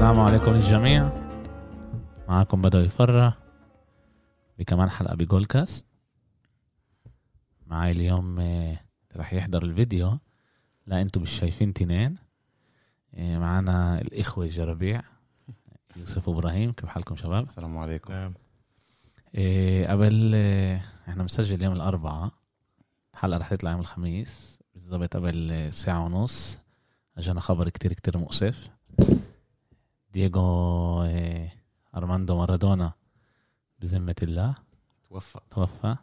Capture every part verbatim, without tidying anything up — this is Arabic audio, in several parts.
السلام عليكم الجميع. معكم بدو يفرح بكمان حلقة بجول كاست. معاي اليوم رح يحضر الفيديو، لا انتو مش شايفين تنين. معانا الإخوة الجربيع يوسف وإبراهيم. كيف حالكم شباب؟ السلام عليكم. إيه قبل إيه احنا مسجل يوم الأربعاء، الحلقة رح تطلع يوم الخميس بالضبط قبل ساعة ونص. أجانا خبر كتير كتير مؤسف. دييغو إيه أرماندو مارادونا بذمة الله توفى توفى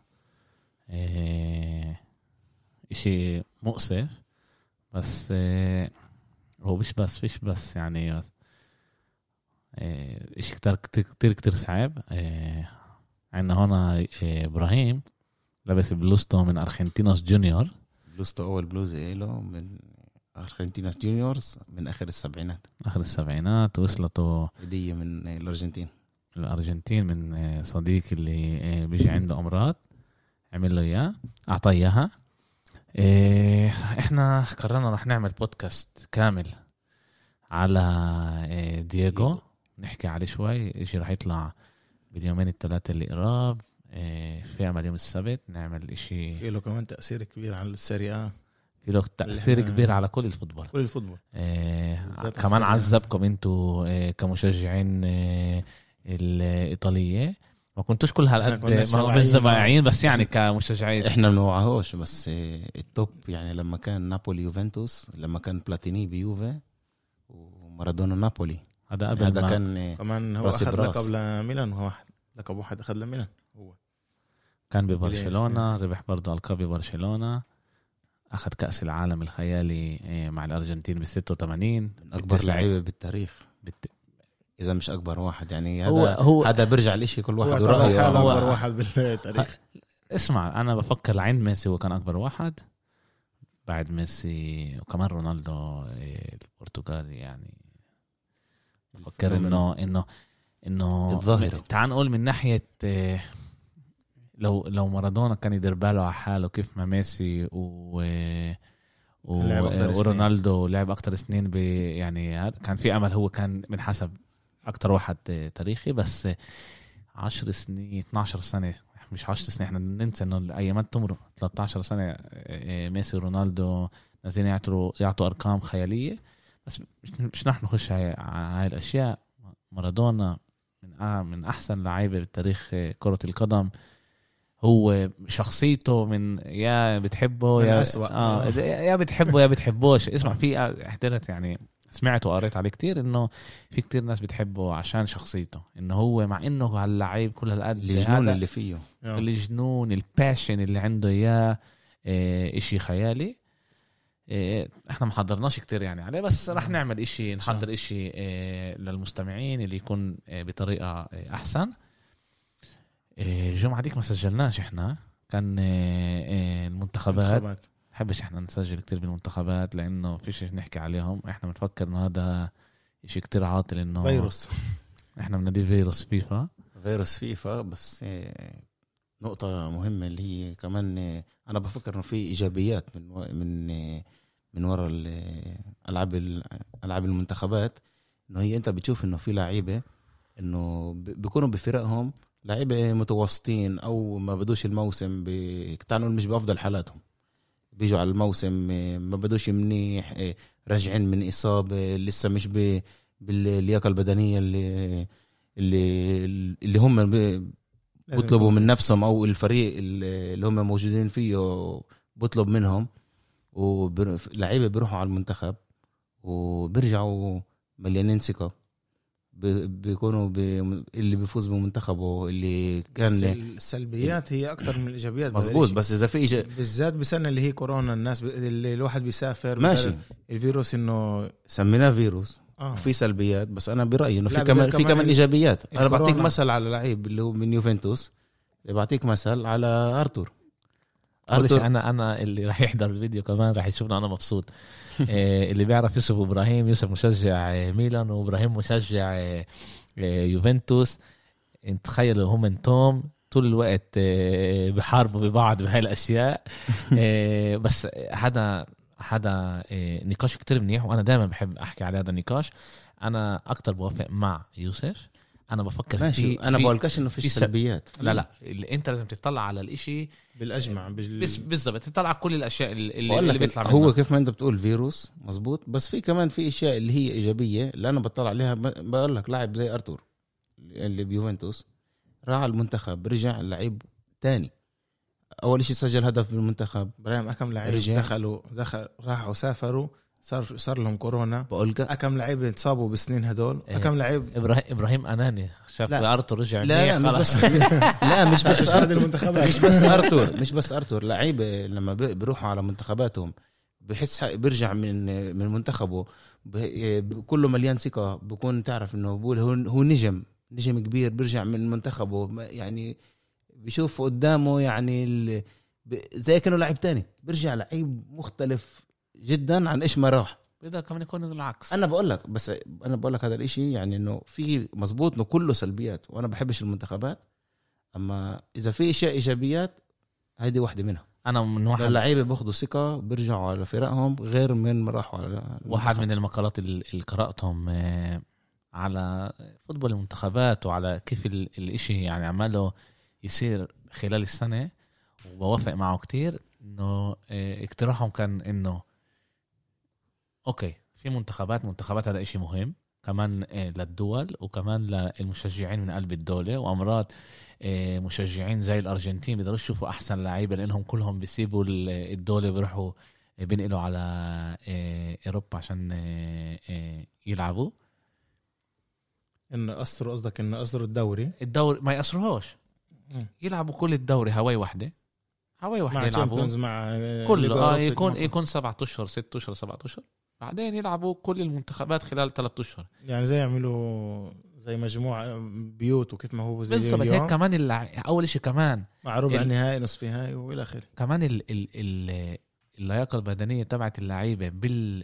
إيه إشي مؤسف، بس إيه هو مش بس فيش بس يعني بس إيه إشي كتير كتير كتير, كتير صعب. إيه عندنا هنا إيه إبراهيم لابس بلوزته من أرجنتينوس جونيور. بلوزته أول بلوزة له من أرجنتينوس جونيورز من آخر السبعينات آخر السبعينات. وصلته هدية من الأرجنتين الأرجنتين من صديق اللي بيجي عنده أمراض، عمل له إياه أعطاه إياها. إحنا قررنا رح نعمل بودكاست كامل على دييغو، نحكي عليه شوي. إشي رح يطلع باليومين الثلاثة اللي قراب، في عمل يوم السبت نعمل إشي في له كمان تأثير كبير على السيريا، في له تأثير كبير على كل الفوتبول كل الفوتبول إيه كمان عذبكم انتوا إيه كمشجعين إيه الإيطالية. ما كنتوش كل هالقد ما بالزباعين، بس يعني كمشجعين احنا منوعهوش. بس التوب يعني لما كان نابولي يوفنتوس، لما كان بلاتيني بيوفي ومارادونا نابولي، هذا قبل هذا ما كان كمان هو أخذ لقب لميلان، وهو واحد لقب واحد أخذ لميلان. هو كان ببرشلونة، ربح برضه ألقاب ببرشلونة، أخذ كأس العالم الخيالي مع الأرجنتين بالستة وثمانين. أكبر لعيبة بالتاريخ بالت... إذا مش أكبر واحد يعني. هو هذا هو هذا برجع لإشي كل واحد ورأيه. هو أكبر واحد بالتاريخ. اسمع أنا بفكر لعند ميسي هو كان أكبر واحد بعد ميسي، وكمان رونالدو البرتغالي. يعني بفكر إنه إنه إنه الظاهرة. تعال نقول من ناحية لو لو مارادونا كان يدير باله على حاله كيف ما ميسي و و... ورونالدو لعب أكتر سنين ب... يعني كان في أمل. هو كان من حسب أكتر واحد تاريخي، بس عشر سنين اثناشر سنة مش عشر سنين. احنا ننسى إنه الأيامات تمر. ثلاثة عشر سنة ميسي ورونالدو نازلين يعطوا يعطوا أرقام خيالية، بس مش نحن نخش على هاي الأشياء. مارادونا من من أحسن لعيبة بالتاريخ كرة القدم. هو شخصيته من يا بتحبه يا آه يا بتحبه يا بتحبوش. اسمع في احترت يعني سمعت وقريت عليه كتير انه في كتير ناس بتحبه عشان شخصيته، انه هو مع انه هاللعيب كل هالقد الجنون اللي فيه، الجنون الباشن اللي عنده اياه اه اشي خيالي. اه احنا ما حضرناش كتير يعني عليه، بس رح نعمل اشي نحضر اشي اه للمستمعين اللي يكون اه بطريقة اه احسن. الجمعة ديك ما سجلناش احنا، كان المنتخبات حبش احنا نسجل كتير بالمنتخبات لانه فيش نحكي عليهم. احنا بنفكر انه هذا اشي كتير عاطل، انه فيروس. احنا بنادي فيروس فيفا فيروس فيفا. بس نقطة مهمة اللي هي كمان انا بفكر انه في ايجابيات من من من وراء الالعاب الالعاب المنتخبات. انه هي انت بتشوف انه في لعيبة انه بيكونوا بفرقهم لعيبة متوسطين او ما بدوش الموسم بكتانوا مش بافضل حالاتهم، بيجوا على الموسم ما بدوش منيح، راجعين من إصابة، لسه مش باللياقة البدنية اللي اللي اللي هم بيطلبوا من نفسهم او الفريق اللي هم موجودين فيه بيطلب منهم. ولعيبة بيروحوا على المنتخب وبيرجعوا مليانين ثقة، بيكونوا بي... اللي بيفوز بمنتخبه اللي كان السلبيات هي اكتر من الايجابيات. مزبوط. بس اذا في إيجاب... بالذات بسنه اللي هي كورونا، الناس ب... اللي الواحد بيسافر ماشي، الفيروس انه سميناه فيروس آه. في سلبيات، بس انا برايي انه في كمان في كمان ايجابيات. انا بعطيك مثل على لعيب اللي هو من يوفنتوس، بعطيك مثل على ارتور ارتور انا انا اللي راح يحضر الفيديو كمان راح يشوفنا انا مبسوط. اللي بيعرف يوسف ابراهيم، يوسف مشجع ميلان وابراهيم مشجع يوفنتوس. انت تخيلوا هم انتم طول الوقت بحاربوا ببعض بهاي الاشياء. بس هذا هذا نقاش كتير منيح، وانا دائما بحب احكي على هذا النقاش. انا اكتر بوافق مع يوسف. انا بفكر ماشي. في انا في بقولكش انه في سلبيات. لا لا اللي انت لازم تطلع على الاشي بالاجمع بال... بس بالضبط، تطلع على كل الاشياء اللي, اللي بيطلع هو منها. كيف ما انت بتقول فيروس مزبوط، بس في كمان في اشياء اللي هي ايجابيه اللي انا بطلع عليها. بقول لك لاعب زي ارتور اللي بيوفنتوس راح المنتخب، رجع لعيب تاني، اول شيء سجل هدف بالمنتخب. ابراهيم اكم لعيب دخلوا دخل راحوا سافروا صار صار لهم كورونا. بقولك اكم لعيب اتصابوا بالسنين هدول. اكم لعيب ابراهيم ابراهيم اناني شاف ارتور رجع. لا لا مش بس لا مش بس ارتور مش بس ارتور مش بس ارتور لعيبه لما بيروحوا على منتخباتهم بحس بيرجع من من منتخبه كله مليان ثقه، بكون تعرف انه بقول هو هو نجم نجم كبير، بيرجع من منتخبه يعني بيشوف قدامه يعني زي كانه لاعب تاني، بيرجع لعيب مختلف جدا عن ايش ما راح. بيقدر كمان يكون العكس. انا بقول لك بس انا بقول لك هذا الاشي يعني انه في مزبوط انه كله سلبيات، وانا بحبش المنتخبات، اما اذا في اشياء ايجابيات هذه واحده منها. انا من واحد اللعيبه باخذوا ثقه بيرجعوا على فرقهم غير من ما راحوا على واحد من المقالات اللي قراتهم على فوتبول المنتخبات وعلى كيف الاشي يعني عماله يصير خلال السنه، وبوافق معه كتير انه اقتراحهم كان انه اوكي في منتخبات منتخبات هذا اشي مهم كمان للدول وكمان للمشجعين من قلب الدولة، وأمرات مشجعين زي الأرجنتين بيقدروا يشوفوا أحسن لعيبة لأنهم كلهم بيسيبوا الدولة بيروحوا بينقلوا على أوروبا عشان يلعبوا. إنه أثروا قصدك إنه أثروا الدوري الدوري ما يأثرهوش، يلعبوا كل الدوري هواي واحدة هواي واحدة يلعبوا مع كله آه يكون يكون سبعة أشهر ست أشهر سبعة أشهر، بعدين يلعبوا كل المنتخبات خلال ثلاثة أشهر. يعني زي يعملوا زي مجموعة بيوت وكيف ما هو زي بالضبط هيك. كمان اللع... أول شيء كمان مع ربع النهائي نصف نهائي وإلى آخره. كمان ال... ال... ال... اللياقة البدنية تبعت اللعيبة بال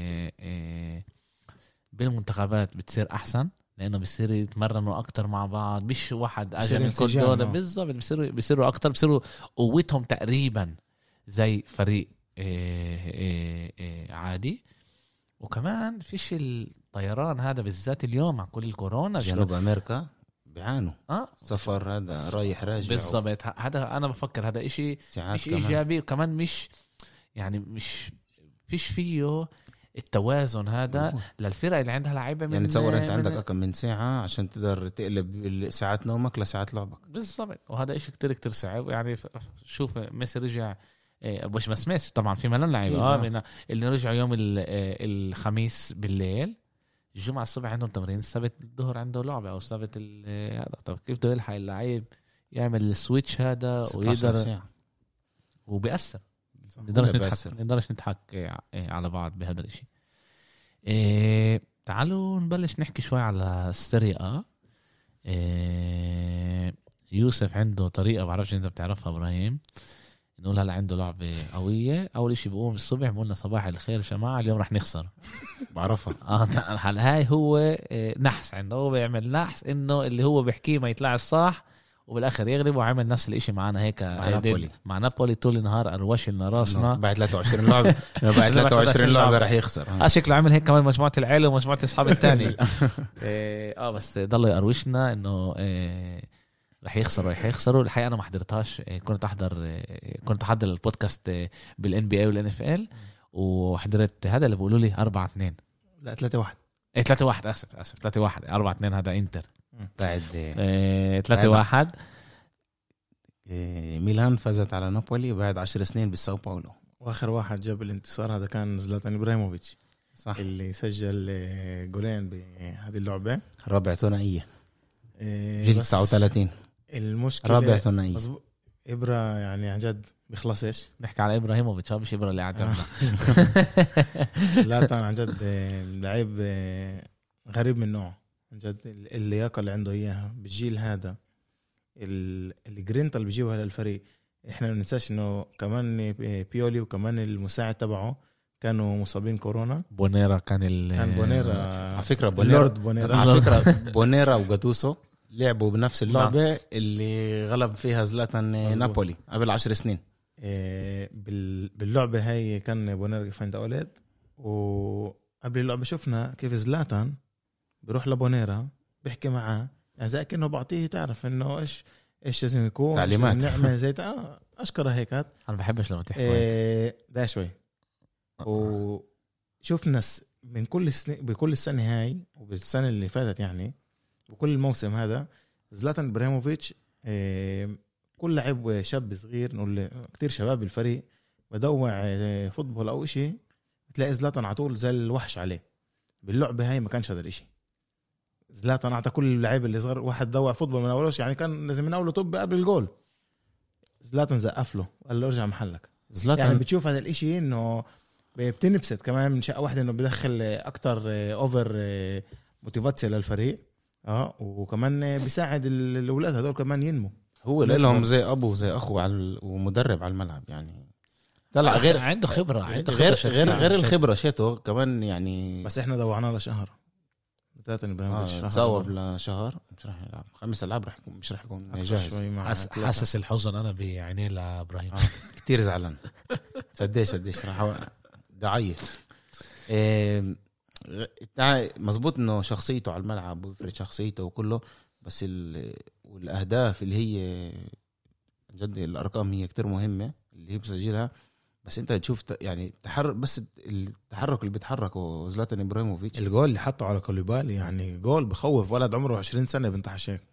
بالمنتخبات بتصير أحسن، لأنه بيصير يتمرنوا أكتر مع بعض، مش واحد أجل من كل دولة. بالضبط بيصيروا بيصيروا أكتر، بيصيروا قوتهم تقريبا زي فريق إيه إيه إيه عادي. وكمان فيش الطيران هذا بالذات اليوم مع كل الكورونا. جنوب أمريكا بيعانوا آه سفر هذا رايح راجع بالضبط. هذا أنا بفكر هذا إشي مش إيجابي، وكمان مش يعني مش فيش فيه التوازن هذا مزبوط. للفرق اللي عندها لعيبه من يعني تصور انت عندك اكم من ساعه عشان تقدر تقلب ساعات نومك لساعات لعبك. بالضبط. وهذا إشي كتير كتير صعب. يعني شوف ميسي رجع مش بس ميسي طبعا في ملان لعيبه اه من اللي رجعوا يوم الخميس بالليل، الجمعه الصبح عندهم تمرين، السبت الظهر عنده لعبه او السبت هذا. طب كيف بده يلحق اللعيب يعمل السويتش هذا ويقدر وبيأثر. نقدرش نضحك نقدرش نضحك على بعض بهذا الاشي. إيه تعالوا نبلش نحكي شوي على السريعة. إيه يوسف عنده طريقة بعرفش انت بتعرفها ابراهيم، نقول هلا عنده لعبة قوية. اول اشي بقوم الصبح بقولنا صباح الخير جماعة اليوم رح نخسر. بعرفها اه هاي هو إيه نحس عنده، هو بيعمل نحس انه اللي هو بيحكيه ما يطلعش صح، وبالاخر يغلب. وعمل نفس الاشي معنا هيك مع نابولي مع نابولي طول النهار اروش لنا راسنا بعد ثلاثة وعشرين لعبه بعد ثلاثة وعشرين لعبه راح يخسر. اه شكله عمل هيك كمان مجموعه العيله ومجموعه اصحاب الثاني اه بس ضل يروشنا انه إيه راح يخسروا راح يخسروا. الحقيقه انا ما حضرتهاش، كنت احضر كنت احضر البودكاست بالان بي اي والان اف ال، وحضرت هذا اللي بيقولوا لي أربعة اثنين لا ثلاثة واحد ايه ثلاثة واحد اسف اسف ثلاثة واحد أربعة اثنين هذا انتر بعد ثلاثة واحد. ميلان فازت على نابولي بعد عشر سنين بالساو باولو، واخر واحد جاب الانتصار هذا كان زلاتان ابراهيموفيتش صح، اللي سجل جولين بهذه اللعبه رابع ثنائيه جيل تسعة وثلاثين. المشكله رابع ثنائيه ابره يعني عن جد بيخلصش. نحكي على ابراهيموفيتش مش ابره اللي قاعد جنبنا. لا طبعا عن جد لعيب غريب من نوعه عن جد. اللياقه اللي عنده اياها بالجيل هذا، الجرينتا اللي بيجيبها للفريق. احنا ما ننساش انه كمان بيولي وكمان المساعد تبعه كانوا مصابين كورونا. بونيرا كان ال كان بونيرا على فكره بونيرا بونيرا على فكره بونيرا وجاتوسو لعبوا بنفس اللعبه اللي غلب فيها زلاتان نابولي قبل عشر سنين. باللعبة هاي كان بونيرا فاند أولاد، وقبل اللعبة شفنا كيف زلاتان بيروح لبونيرا بيحكي معاه يعني زي كأنه بعطيه تعرف إنه إيش إيش لازم يكون تعليمات نعمل زي آه أشكره هيكات. أنا بحبش لما تحكي إيه ده شوي. وشوفنا من كل السنة بكل السنة هاي وبالسنة اللي فاتت يعني وكل الموسم هذا زلاتان إبراهيموفيتش إيه كل لاعب شاب صغير نقول كتير شباب بالفريق بدوع فوتبول أو إشي تلاقي زلاتان على طول زي الوحش عليه. باللعبة هاي ما كانش هذا الإشي. زلاتان أعطى كل اللاعب اللي صغر واحد دوع فوتبول من أولوش يعني كان لازم من أوله طب قبل الجول. زلاتان زقف له قال له ارجع محلك. زلاتان يعني بتشوف هذا الإشي إنه بتنبسط كمان من شيء واحد إنه بدخل أكتر أوفر موتيفاتسيا للفريق اه وكمان بيساعد الأولاد هذول كمان ينمو. هو لهم زي أبو زي أخو على ومدرب على الملعب يعني طلع غير عنده خبرة عنده غير خبرة غير غير الخبرة شيته كمان يعني. بس إحنا دوعنا له شهر ثلاثة إبراهيموفيتش آه تصاوب لشهر مش راح يلعب خمس ألعاب راح يكون مش راح يكون جاهز. حس حاسس الحزن أنا بعينيه لإبراهيم آه. كتير زعلان صدقش صدقش راح دعيف. إيه مزبوط إنه شخصيته على الملعب ويفرق شخصيته وكله بس والأهداف اللي هي جد الأرقام هي كتير مهمة اللي هي بسجلها. بس انت تشوف يعني تحرك بس التحرك اللي بيتحركه زلاتان إبراهيموفيتش الجول اللي حطه على كوليبالي يعني جول بخوف ولد عمره عشرين سنة بنتحش هيك.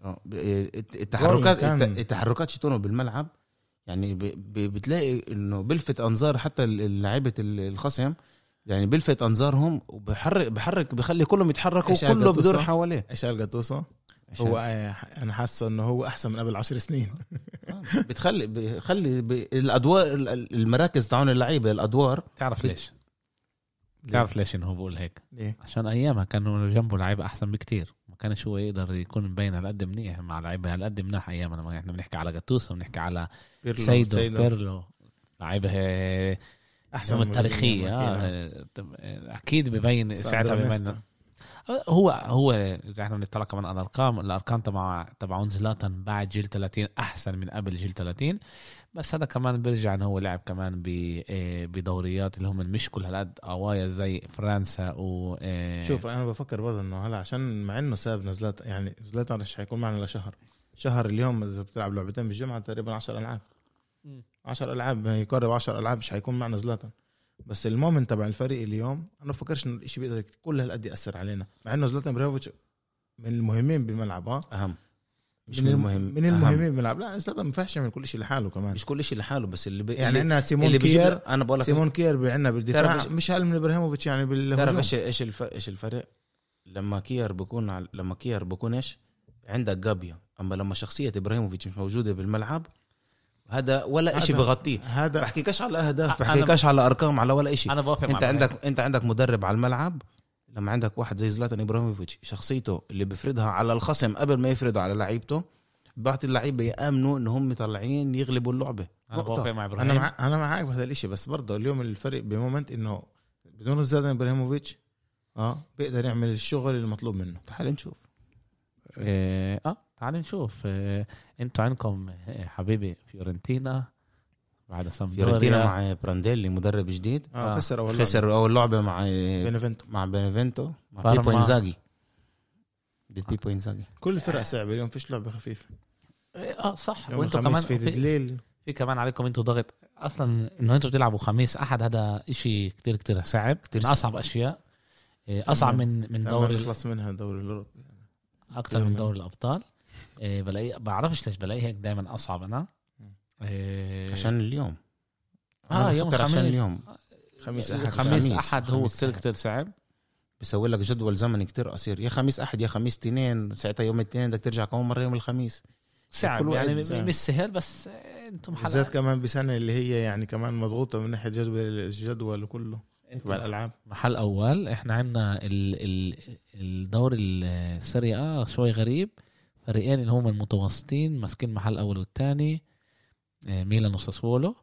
التحركات التحركات شتونه بالملعب يعني بتلاقي انه بلفت انظار حتى اللاعيبه الخصم يعني بلفت انظارهم وبحرك بحرك بخلي كلهم يتحركوا وكله بدور حواليه. ايش قال جاتوسو؟ هو انا حاسه انه هو احسن من قبل عشر سنين. بتخلي بخلي الادوار المراكز تاعون اللعيبه الادوار. تعرف ليش تعرف ليش انه هو بقول هيك ليه؟ عشان ايامها كانوا جنبه لعيبه احسن بكتير ما كانش هو يقدر يكون مبين على قد منيح مع لعيبه على قد منيح ايامنا. ما احنا بنحكي على جاتوسو بنحكي على سيدو بيرلو لعيبه احسن من التاريخيه آه. اكيد ببين ساعتها ببين هو هو احنا بنطلع كمان على الارقام الارقام تبع تبعون زلاتان بعد جيل ثلاثين احسن من قبل جيل ثلاثين. بس هذا كمان بيرجع انه هو لعب كمان بدوريات اللي هم مش كل هالقد قوايا زي فرنسا و شوف انا بفكر برضه انه هلا عشان مع انه ساب نزلات يعني زلاتان مش هيكون معنا لشهر شهر اليوم اذا بتلعب لعبتين بالجمعه تقريبا عشر العاب عشر العاب يقرب عشر العاب مش هيكون معنا زلاتان. بس المومنت تبع الفريق اليوم انا بفكرش انه الشيء بيقدر كل هالقد ياثر علينا مع انه زلاتان إبراهيموفيتش من المهمين بالملعب اه اهم مش من المهم من المهمين بالملعب. لا زلاتان ما ينفعش يعمل كل شيء لحاله كمان مش كل شيء لحاله بس اللي بي... يعني عندنا سيمون كير انا بقول لك سيمون كير عندنا بالدفاع مش اقل من إبراهيموفيتش يعني بالهجوم. تعرف ايش ايش الفرق ايش الفرق لما كير بيكون على... لما كير بيكون ايش عندك جابيا اما لما شخصيه إبراهيموفيتش مش موجوده بالملعب هذا ولا إشي بغطيه. هذا بحكيكش على أهداف بحكيكش على أرقام على ولا إشي. أنت عندك أنت عندك مدرب على الملعب لما عندك واحد زي زلاتان إبراهيموفيتش شخصيته اللي بفرضها على الخصم قبل ما يفرضها على لعيبته بعت اللعيبة يأمنوا إنهم مطلعين يغلبوا اللعبة. أنا بوافق مع إبراهيم. أنا مع أنا معاك بهذا الإشي بس برضه اليوم الفرق بمومنت إنه بدون زلاتان إبراهيموفيتش آه بيقدر يعمل الشغل المطلوب منه. تعال نشوف إيه آه تعال نشوف إيه أنتوا عندكم حبيبي فيورنتينا بعد فيورنتينا مع برانديلي مدرب جديد آه. خسر أول خسر أول لعبة مع بينيفنتو مع بينيفنتو مع بيبو إنزاغي ديت بيبو إنزاغي. كل الفرق صعبة اليوم فيش لعبة خفيفة اه صح وانتوا كمان في دليل في كمان عليكم انتوا ضغط اصلا انه انتوا بتلعبوا خميس احد هذا اشي كتير كتير صعب من اصعب اشياء اصعب من من دوري خلص منها الدوري الاوروبي اكتر من دوري الابطال. بلاقي بعرفش ليش بلاقي هيك دائما اصعب انا عشان اليوم اه يوم خميس عشان اليوم خميس احد خميس احد هو كتير كتير صعب بيسوي لك جدول زمني كتير قصير يا خميس احد يا خميس اثنين ساعتها يوم الاثنين بدك ترجع كمان مره يوم الخميس صعب يعني مش سهل بس انتم حلقة بالذات كمان بسنه اللي هي يعني كمان مضغوطه من ناحيه جدول الجدول كله تبع الالعاب. محل اول احنا عندنا الدوري السيريا اه شوي غريب فريقين اللي هم المتوسطين ماسكين محل اول والثاني ميلان وساسولو.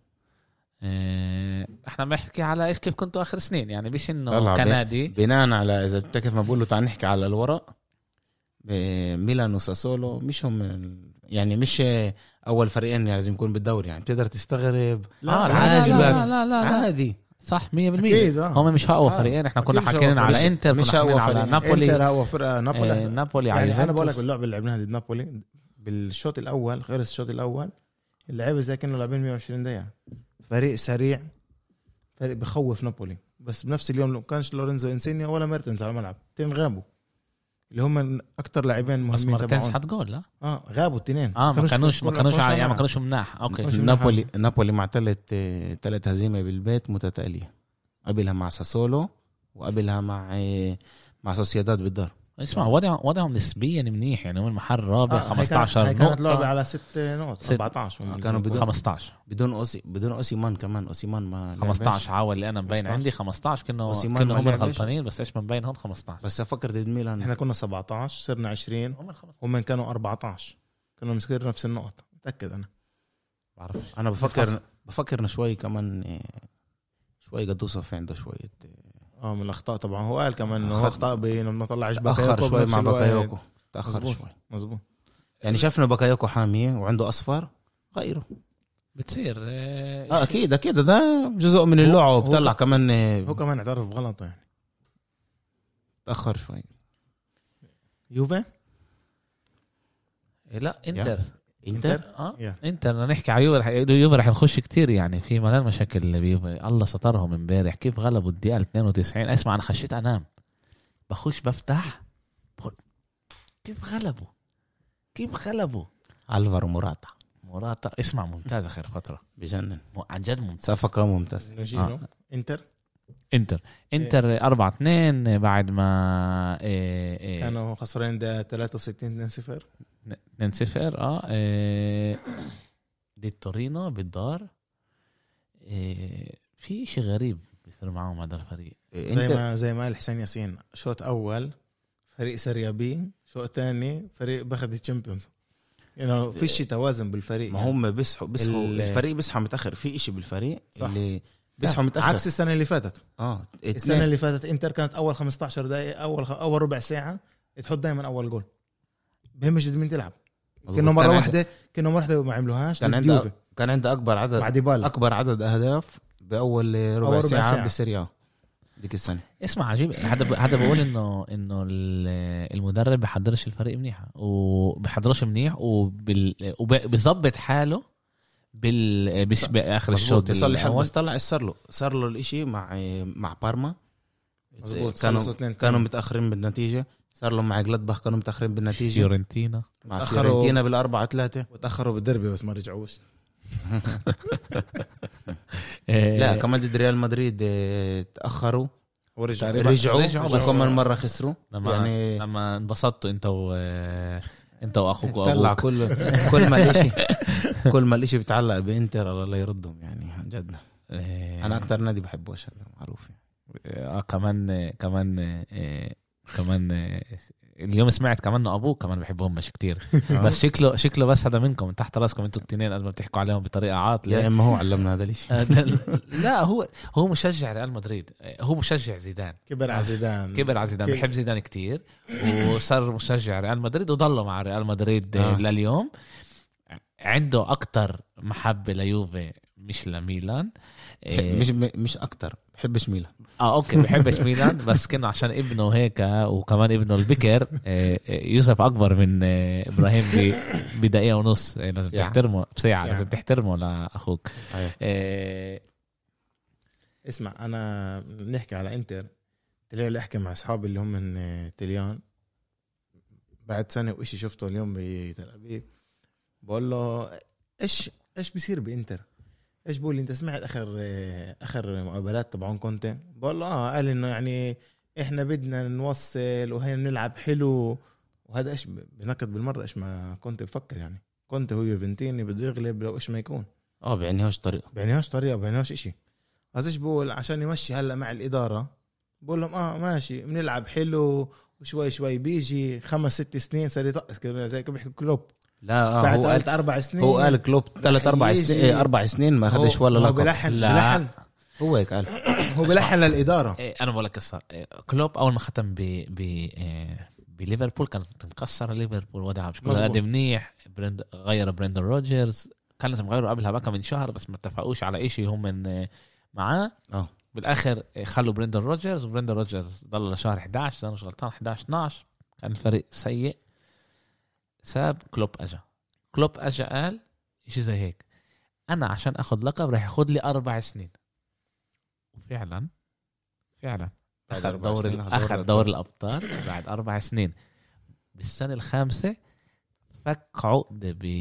احنا بنحكي على ايش كيف كنتوا اخر سنين يعني مش انه كنادي بناء على اذا انت كيف ما بقولوا تعال نحكي على الورق ميلان وساسولو مش هم يعني مش اول فريقين لازم يكون بالدوري يعني بتقدر تستغرب لا آه عادي لا لا لا عادي صح مية بالمية هم مش اقوى فريقين احنا كنا حاكيين على انتر مش اقوى على نابولي انتر هو فرقه نابولي آه نابولي يعني انا بقول لك اللعبه اللي لعبناها ضد نابولي بالشوط الاول غير الشوط الاول اللعيبه زي كانوا لاعبين مية وعشرين دقيقه فريق سريع فريق بخوف نابولي بس بنفس اليوم لو كانش لورينزو انسينيا ولا ميرتنز على الملعب تين غابوا اللي هم اكتر لاعبين مهمين تبعهم بس ميرتنز حط جول لا اه غابوا الاثنين اه ما كانوش ما كانوش يعني ما كانوش مناح اوكي نابولي نابولي مع ثلاث ثلاث هزيمه بالبيت متتاليه قبلها مع ساسولو وقبلها مع مع سوسيداد بالدار اسمع وضعهم وضعهم نسبيا منيح يعني هم المحل الرابع آه خمستاشر نقطه كانت لعبه على ست نقط أربعتاشر آه كانوا بدون خمستاشر بدون أوسي بدون اوسيمان كمان اوسيمان ما خمستاشر عاول اللي انا مبين عندي خمستاشر كنا كنا هم غلطانين بس ايش مبين هون خمستاشر بس افكر ضد ميلان احنا كنا سبعتاشر صرنا عشرين هم كانوا أربعتاشر كانوا مسكين نفس النقط متاكد انا بعرفش انا بفكر بفكر شوي كمان شوي قدوسه في عنده شويه اه من الاخطاء طبعا هو قال كمان انه اخطاء بينه ما طلعش باكايوكو شوي مع باكايوكو تاخر شوي مزبوط يعني شفنا باكايوكو حاميه وعنده اصفر غيره بتصير اه اكيد اكيد ده جزء من اللعبه وبطلع كمان هو كمان اعترف بغلطه يعني تاخر شوي يوفي لا انتر انتر اه yeah. انتر بدنا نحكي على يوفي يوفي رح نخش كتير يعني في ملان مشاكل بيوفي الله سترهم امبارح كيف غلبوا الدقيقه اثنين وتسعين اسمع انا خشيت انام بخش بفتح بقول كيف غلبوا كيف غلبوا الفارو موراتا موراتا اسمع ممتاز اخر فتره بجنن عن جد ممتاز صفقه ممتاز آه. انتر انتر انتر أربعة اثنين بعد ما إيه إيه كانوا خسرين ده ثلاثة وستين اثنين صفر اثنين صفر اه إيه دي تورينو بالدار إيه في شيء غريب بيصير معهم هذا الفريق إيه زي ما زي ما الحسين ياسين شوط اول فريق سيريا بي شوط ثاني فريق باخذ الشامبيونز يعني في شيء توازن بالفريق ما هم بيصحوا بيصحوا الفريق بيصحى متاخر في إشي بالفريق صح. اللي بيصحوا متاخر عكس السنه اللي فاتت اه السنه اللي فاتت انتر كانت اول خمستاشر دقيقه اول خ... اول ربع ساعه تحط دائما اول جول بهمش مين تلعب كانوا مره واحده كانوا مره واحده ما عملوهاش كان عنده كان عنده اكبر عدد اكبر عدد اهداف باول ربع, ربع ساعه, ساعة. بالسيريا ديك السنه اسمع عجيب هذا هذا بقول انه انه المدرب بحضرش الفريق منيح وبحضرش منيح وبال... وبيظبط حاله بال بش باخر الشوط بيصلح بس طلع صار له صار له الاشي مع مع بارما مزبوط كانوا كانوا متاخرين بالنتيجه صار لهم مع جلادباخ كانوا متاخرين بالنتيجه فيورنتينا مع فيورنتينا بالأربعة ثلاثة وتأخروا بالدربي بس ما رجعوش لا كمان ضد ريال مدريد تأخروا ورجعوا رجعوا رجعوا كمان مرة خسروا لما يعني لما انبسطتوا انت و انت واخوك طلع كل كل ما الاشي كل ما الاشي بيتعلق بإنتر الله يردهم يعني عن جد انا اكتر نادي بحبوش هذا معروف اه كمان كمان اه كمان اليوم سمعت كمان انه ابوه كمان بحبهم مش كتير بس شكله شكله بس هذا منكم من تحت راسكم انتوا الاثنين قد ما بتحكوا عليهم بطريقه عاطله يا اما هو علمنا هذا الشيء لا هو هو مشجع ريال مدريد هو مشجع زيدان كبر على زيدان كبر على زيدان بحب زيدان كتير وصار مشجع ريال مدريد وضله مع ريال مدريد آه. لليوم عنده اكتر محبه ليوفي مش لميلان مش مش اكتر بحبش ميلان اه اوكي بحبش ميلان بس كنا عشان ابنه هيك وكمان ابنه البكر يوسف اكبر من ابراهيم بدقيقه ونص لازم تحترمه بساعه لازم تحترمه لاخوك آه. اسمع انا بنحكي على انتر طلع لي احكي مع اصحابي اللي هم من تليان بعد سنه وإشي شفته اليوم بتل ابيب بقول له ايش ايش بيصير بانتر ايش بقول لي انت سمعت اخر اخر مقابلات تبعون كونتي بقول له اه قال انه يعني احنا بدنا نوصل وهي نلعب حلو وهذا ايش بنكد بالمره ايش ما كنت بفكر يعني كنت هو يوفنتيني بده يغلب لو ايش ما يكون اه بعنيهاش طريقه بعنيهاش طريقه بعنيهاش اشي هذا ايش بقول عشان يمشي هلا مع الاداره بقول لهم اه ماشي بنلعب حلو وشوي شوي بيجي خمس ست سنين صار يطقس زي كيف بيحكي كلوب لا بعد قالت أربع سنين هو قال كلوب ثلاث أربع سنين إيه أربع سنين ما أخدش ولا لقب بلحن لا بلحن. هو هيك قال هو بلحن للإدارة إيه أنا بقول لك صار كلوب أول ما ختم ب ب بليفربول كانت مكسره ليفربول وضعها مش كله قد منيح. برند غير برندن روجرز كانت مغيره قبلها بقى من شهر بس ما اتفقوش على إشي هم من معاه اه بالاخر خلوا برندن روجرز وبرندن روجرز ضل لشهر إحدى عشر انا مش غلطان إحدى عشر اثناشر كان الفريق سيء. ساب كلوب اجا كلوب اجا قال إشي زي هيك انا عشان اخذ لقب راح ياخذ لي اربع سنين وفعلا فعلا اخذ دور اخذ دور الابطال بعد اربع سنين. بالسنه الخامسه فك عقده ب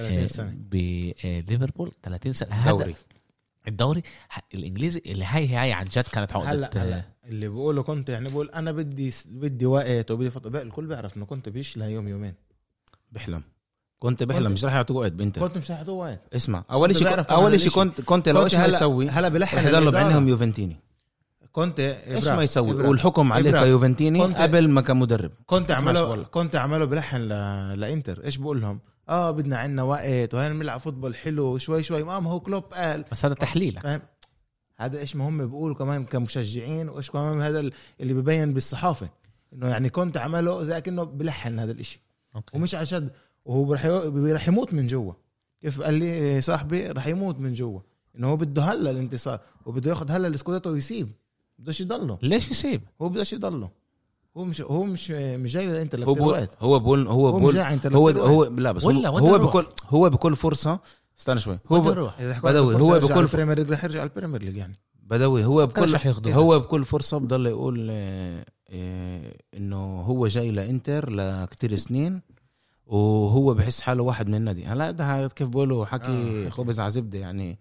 بليفربول ثلاثين سنه. هذا الدوري الانجليزي اللي هاي هاي عن جد كانت عقده. هلا هلا اللي بقوله كنت يعني بقول انا بدي بدي وقت وبدي فتره. الكل بيعرف انه كنت بيش لها يوم يومين بحلم كنت بحلم مش راح يعطوه وقت بنت كنت مش راح يعطوه وقت. اسمع اول شيء اول شيء كنت كنت لو ايش ما يسوي هلا بلحن يضلوا بعينهم يوفنتيني كنت ايش ما يسوي والحكم عليه كيوفنتيني قبل ما كان مدرب. كنت اعمله كنت اعمله بلحن ل... لانتر ايش بقول لهم اه بدنا عنا وقت وهنا بنلعب فوتبول حلو شوي شوي ما هو كلوب قال بس هذا تحليل فاهم. هذا ايش ما هم بيقولوا كمان كمشجعين وايش كمان هذا اللي ببين بالصحافه انه يعني كنت عمله زي كأنه بلحن هذا الاشي أوكي. ومش عشان وهو راح يموت من جوا. كيف قال لي صاحبي راح يموت من جوا انه هو بده هلا الانتصار وبده ياخذ هلا السكوداتو ويسيب بدوش يضله. ليش يسيب؟ هو بدوش يضله. هو مش هو مش مش جاي انت هو بقول هو بقول هو بقول هو هو لا بس هو, هو بكل هو بكل فرصه استنى شوي هو بدوي هو بكل البريمير ليج رح يرجع البريمير ليج يعني بدوي هو بكل هو بكل فرصه بضل يقول اه اه انه هو جاي لانتر لكتير سنين وهو بحس حاله واحد من النادي. هلا ده كيف بقولوا حكي آه. خبز على زبده يعني.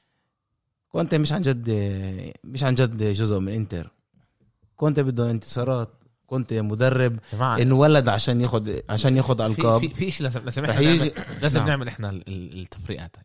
كنت مش عن جد مش عن جد جزء من انتر. كنت بده انتصارات. كنت مدرب انولد عشان ياخد عشان ياخد القاب. في في شيء لازم لازم لازم نعم. نعمل احنا التفريقات هاي.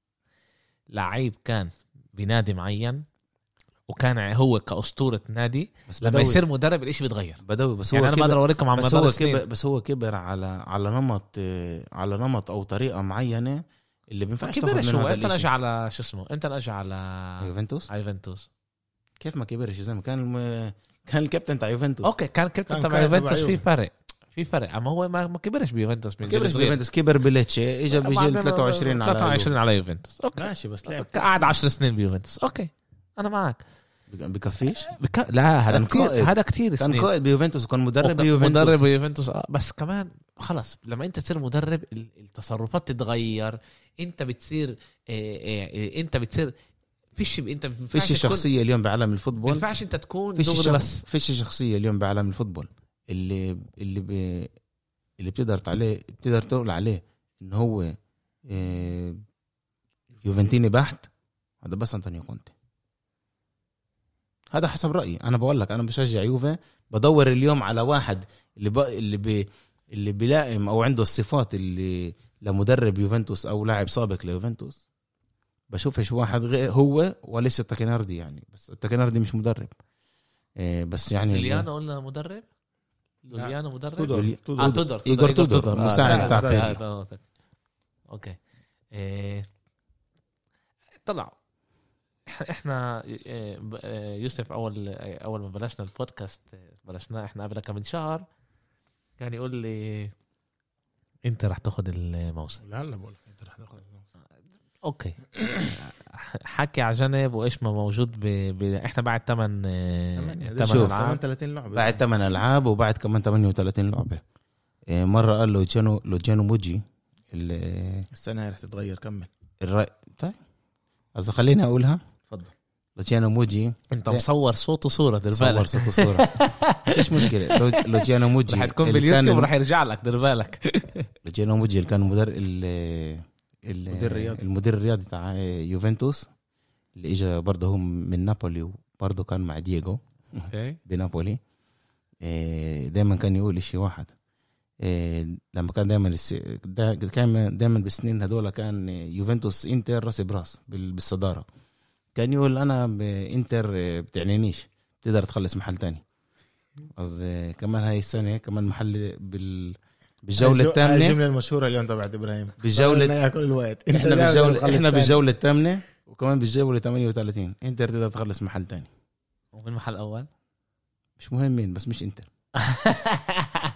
لعيب كان بنادي معين وكان هو كأسطورة نادي بس لما يصير مدرب الاشي بيتغير بدوي بس يعني هو انا ما اقدر اوريكم عن مدار السنين بس هو كبر على على نمط على نمط او طريقه معينه اللي بينفعش تاخذ منها. انت نجي على شو اسمه انت نجي على يوفنتوس يوفنتوس كيف ما كبرش زي ما كان الم... كان الكابتن تاع يوفنتوس. اوكي كان الكابتن تاع يوفنتوس في فرق في فرق اما هو ما, ما كبرش بيوفنتوس من كبرش بيوفنتوس كبر بليتشي اجى بيجي ثلاثة وعشرين على ثلاثة وعشرين على يوفنتوس. اوكي ماشي بس لعب قعد عشر سنين بيوفنتوس. اوكي انا معك بكفيش بك... لا هذا كتير هذا كتير سنين. كان قائد بيوفنتوس وكان مدرب بيوفنتوس مدرب بيوفنتوس بس كمان خلص لما انت تصير مدرب التصرفات تتغير. انت بتصير إيه إيه انت بتصير فيش انت فيش شخصيه اليوم بعالم الفوتبول. ما ينفعش انت تكون فيش دغري شخ... بس فيش شخصيه اليوم بعالم الفوتبول اللي اللي ب... اللي بتقدر عليه بتقدر تقول عليه انه هو إيه... يوفنتيني بحت. هذا بس أنطونيو كونتي. هذا حسب رأيي. أنا بقول لك أنا بشجع يوفي بدور اليوم على واحد اللي ب... اللي ب... اللي بيلائم أو عنده الصفات اللي لمدرب يوفنتوس أو لاعب سابق ليوفنتوس. بشوفش واحد غير هو وليس التكناردي يعني. بس التكناردي مش مدرب إيه بس يعني ليليانو قلنا مدرب ليليانو مدرب تودر آه تودر إيغور تودر مساعد تاع بيرلو. أوكي إيه طلع احنا يوسف اول اول ما بلشنا البودكاست بلشنا احنا قبل كم شهر كان يقول لي انت رح تاخذ الموسم. لا لا بقول لك انت رح تاخذ الموسم. اوكي حكي على جنب وايش ما موجود ب... ب... احنا بعد ثمان ثمان العاب ثلاثين لعبه بعد ثمان العاب وبعد كمان ثمانية وثلاثين لعبه. مره قال له جانو لو جانو موجي السنه رح تتغير. كمل الرأي. طيب اذا خليني اقولها تفضل. لوجيانو موجي انت مصور صوت وصوره دير بالك. مصور صوت وصوره مش مشكله. لو لوجيانو موجي رح تكون باليوتيوب رح يرجع لك دير بالك. لوجيانو موجي اللي كان مدير المدير الرياضي المدير الرياضي تاع يوفنتوس اللي اجى برضه هو من نابولي وبرضه كان مع دييغو اوكي بنابولي. دائما كان يقول شيء واحد. لما كان دائما الس... كان دائما بالسنين هذول كان يوفنتوس انتر راس براس بالصداره. كان يقول انا بانتر بتعنينيش تقدر تخلص محل تاني. قصدي كمان هاي السنه كمان محل بال بالجوله الثامنه. الجمله المشهوره اليوم تبعت ابراهيم بالجوله ياكل الوقت. احنا بالجوله احنا بالجوله الثامنه وكمان بالجوله ثمانية وثلاثين انتر تقدر تخلص محل تاني. ومن محل اول مش مهم مين بس مش انتر.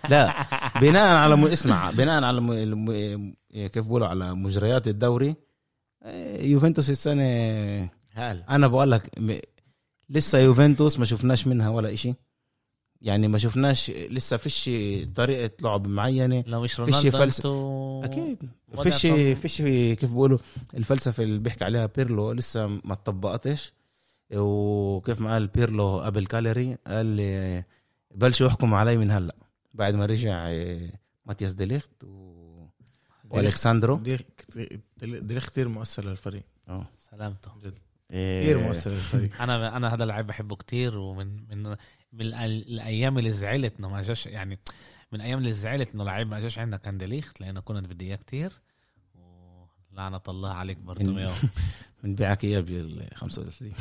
لا بناء على م... اسمع بناء على م... الم... كيف بقولوا على مجريات الدوري يوفنتوس السنة هال أنا بقول لك م... لسه يوفنتوس ما شفناش منها ولا إشي يعني ما شفناش لسه فيش طريقة لعب معينة لو مش فيش رونالدو فلسفة انتو أكيد فيش فيش كيف بقولوا الفلسفة اللي بيحكي عليها بيرلو لسه ما تطبقتش وكيف ما قال بيرلو قبل كاليري قال بلشوا يحكموا علي من هلأ بعد ما رجع ماتياس ديليخت و... والكساندرو ديليخت كتير مؤثر للفريق اه سلامته كتير مؤثر للفريق انا انا هذا اللاعب بحبه كتير ومن من من الايام اللي زعلت انه ما جاش يعني من ايام اللي زعلت انه لعيب ما جاش عندنا كان ديليخت لانه كنا بدي اياه كتير ولعنة الله عليك بارتوميو من بيعك اياه بال خمسة وثلاثين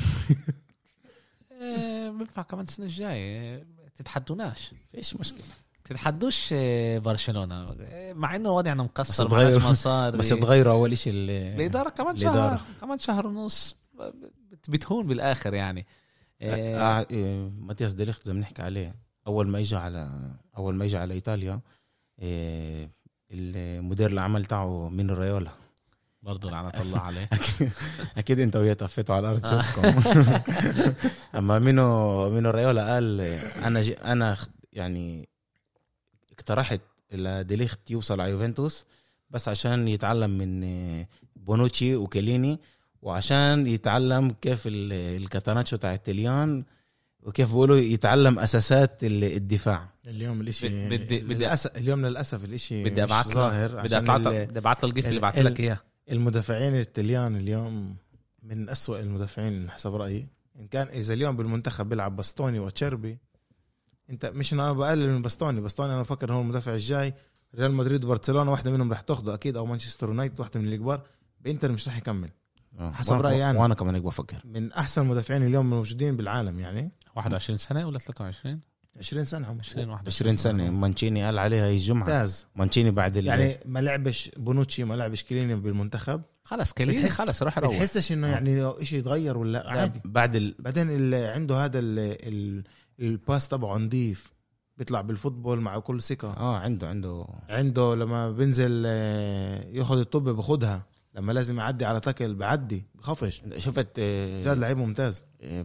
بنفع كمان السنة الجاية تتحدوناش فيش مشكلة تتحدوش برشلونة مع انه وضعنا مقصر بس تغير مصاري بس تغيروا اول شيء الاداره كمان شهر كمان شهر ونص بتهون بالاخر يعني آه آه ماتياس ديليخت زي ما نحكي عليه اول ما اجى على اول ما اجى على ايطاليا آه المدير العمل تاعه من الريولا برضو لعنة الله عليه اكيد انت وياه طفيتوا على الارض شوفكم اما منو منو الريولا قال انا جي انا يعني اقترحت لديليخت يوصل على يوفنتوس بس عشان يتعلم من بونوتشي وكيليني وعشان يتعلم كيف الكاتاناتشو تاع التليان وكيف بيقولوا يتعلم اساسات الدفاع. اليوم الاشي بدي بدي للأسف اليوم للاسف الاشي بدي ابعت له بدي ابعت له بدي ابعت له الجيف اللي بعت لك اياه. المدافعين التليان اليوم من أسوأ المدافعين حسب رايي. ان كان اذا اليوم بالمنتخب بيلعب باستوني وتشربي انت مش انا بقلل من باستوني باستوني انا بفكر هو المدافع الجاي ريال مدريد وبرشلونه واحده منهم رح تاخده اكيد او مانشستر يونايتد واحده من الكبار بانتر مش رح يكمل حسب رايي انا وانا كمان هيك بفكر من احسن المدافعين اليوم موجودين بالعالم يعني واحد وعشرين سنه ولا ثلاثة وعشرين عشرين سنه عشرين عشرين سنه مانشيني قال عليها هي الجمعه ممتاز مانشيني بعد يعني ما لعبش بونوتشي ما لعبش كيليني بالمنتخب خلاص كيليني خلاص راح يروح بتحسش انه يعني شيء يتغير ولا عادي بعد ال... بعدين اللي عنده هذا ال... ال... الباس تبعه نظيف بيطلع بالفوتبول مع كل ثقه اه عنده عنده عنده لما بنزل ياخذ الطب باخدها لما لازم يعدي على تاكل بعدي بخافش. شفت جاد لعيب ممتاز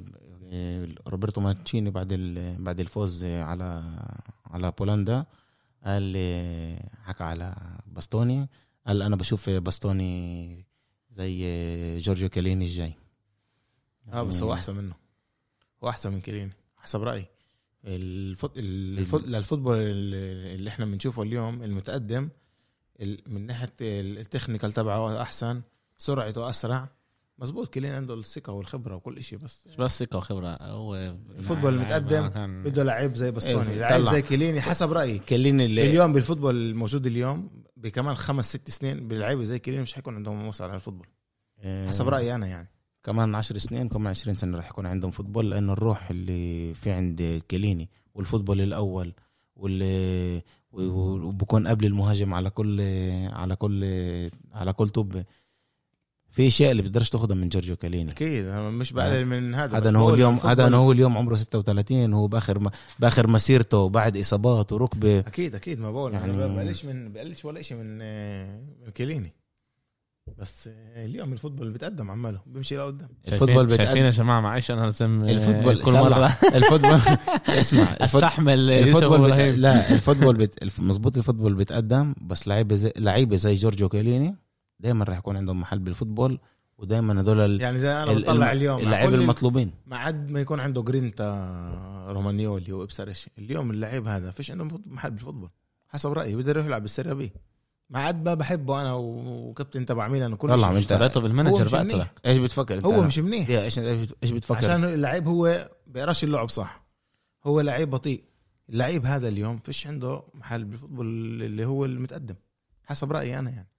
روبرتو مانشيني بعد بعد الفوز على على بولندا قال حكى على باستوني قال انا بشوف باستوني زي جورجيو كيليني الجاي. اه بس هو احسن منه هو احسن من كيليني حسب رايي. الفوت... الفوت... للفوتبول اللي احنا بنشوفه اليوم المتقدم من ناحيه التكنيكال تبعه احسن سرعته اسرع مزبوط كيلين عنده الثقه والخبره وكل شيء بس مش بس ثقه وخبره هو الفوتبول المتقدم كان... بده لعيب زي باستوني لعيب زي كيليني حسب رايي كيليني اللي... اليوم بالفوتبول الموجود اليوم بكمان خمس ست سنين باللعيبه زي كيليني مش حيكون عندهم موسع على الفوتبول حسب رايي انا يعني كمان عشر سنين كمان عشرين سنة رح يكون عندهم فوتبول لأن الروح اللي في عند كيليني والفوتبول الأول واللي وبكون قبل المهاجم على كل على كل على كل طب في اشياء اللي بتقدرش تاخدها من جورجيو كيليني. اكيد مش بقلل من هذا هذا هو اليوم هذا هو اليوم عمره ستة وثلاثين وهو باخر ما باخر مسيرته بعد اصابات وركبه. اكيد اكيد ما بقول يعني ما بقلش من بقلش ولا شيء من من كيليني بس اليوم الفوتبول بيتقدم عماله بيمشي لقدام. الفوتبول بيتقدم شايفين يا جماعه معلش انا لازم الفوتبول كل مره الفوتبول اسمع استحمل الفوتبول بت... لا الفوتبول بت... مزبوط الفوتبول بيتقدم بس لعيبه زي لعيبه زي جورجيو كيليني دايما راح يكون عندهم محل بالفوتبول ودايما هذول ال... يعني زي انا بطلع ال... اليوم اللعيبه المطلوبين ما عاد ما يكون عنده جرينتا رومانيولي وابسارش اليوم اللعيب هذا فيش عنده محل بالفوتبول حسب رايي بده يروح يلعب بالسيريا بي ما عاد ما بحبه انا وكابتن تبع ميلان وكل شيء طلع اشتريته بالمانجر بقى ايش بتفكر انت هو مش منيح ايش ايش بتفكر عشان اللعيب هو بيقراش اللعب صح هو لعيب بطيء اللعيب هذا اليوم فيش عنده محل بالفوتبول اللي هو المتقدم حسب رايي انا يعني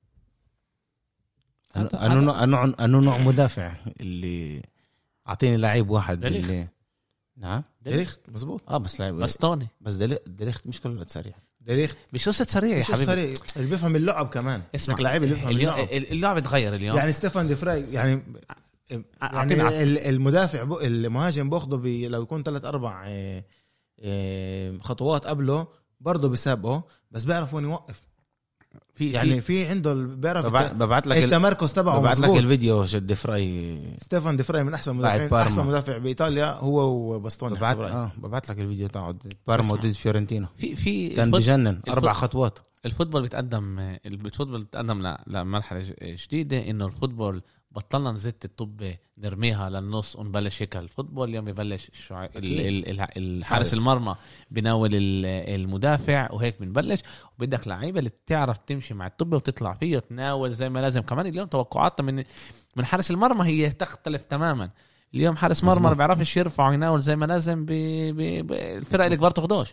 انه انه انه انه نوع مدافع اللي اعطيني لعيب واحد اللي نعم ديليخت مزبوط اه بس لعيب باستوني بس ديليخت مش كله سريع ديليخت مش قصة سريع يا حبيبي سريع اللي بيفهم اللعب كمان اسمع لاعب اللي بيفهم اللعب اللعب اتغير اليوم يعني ستيفان دي فراي يعني يعني المدافع بو المهاجم باخده بي لو يكون ثلاث اربع خطوات قبله برضه بيسابقه بس بيعرف وين يوقف في يعني في عنده بيعرف ببعت لك التمركز تبعه ببعت لك الفيديو شد دفراي ستيفان ديفراي من احسن مدافعين احسن مدافع بايطاليا هو وباستوني ببعت اه ببعت لك الفيديو تاع بارما ضد فيورنتينا في في كان بجنن اربع خطوات. الفوتبول بيتقدم الفوتبول بيتقدم لمرحله جديده انه الفوتبول بطلنا نزت الطب نرميها للنص ونبلش هيك الفوتبول اليوم يبلش الشع... الحارس المرمى بناول المدافع وهيك بنبلش وبدك لعيبه اللي تعرف تمشي مع الطب وتطلع فيه وتناول زي ما لازم. كمان اليوم توقعاتنا من من حارس المرمى هي تختلف تماما. اليوم حارس مرمى ما بيعرفش يرفع ويناول زي ما لازم بالفرق اللي كبار تاخدوش.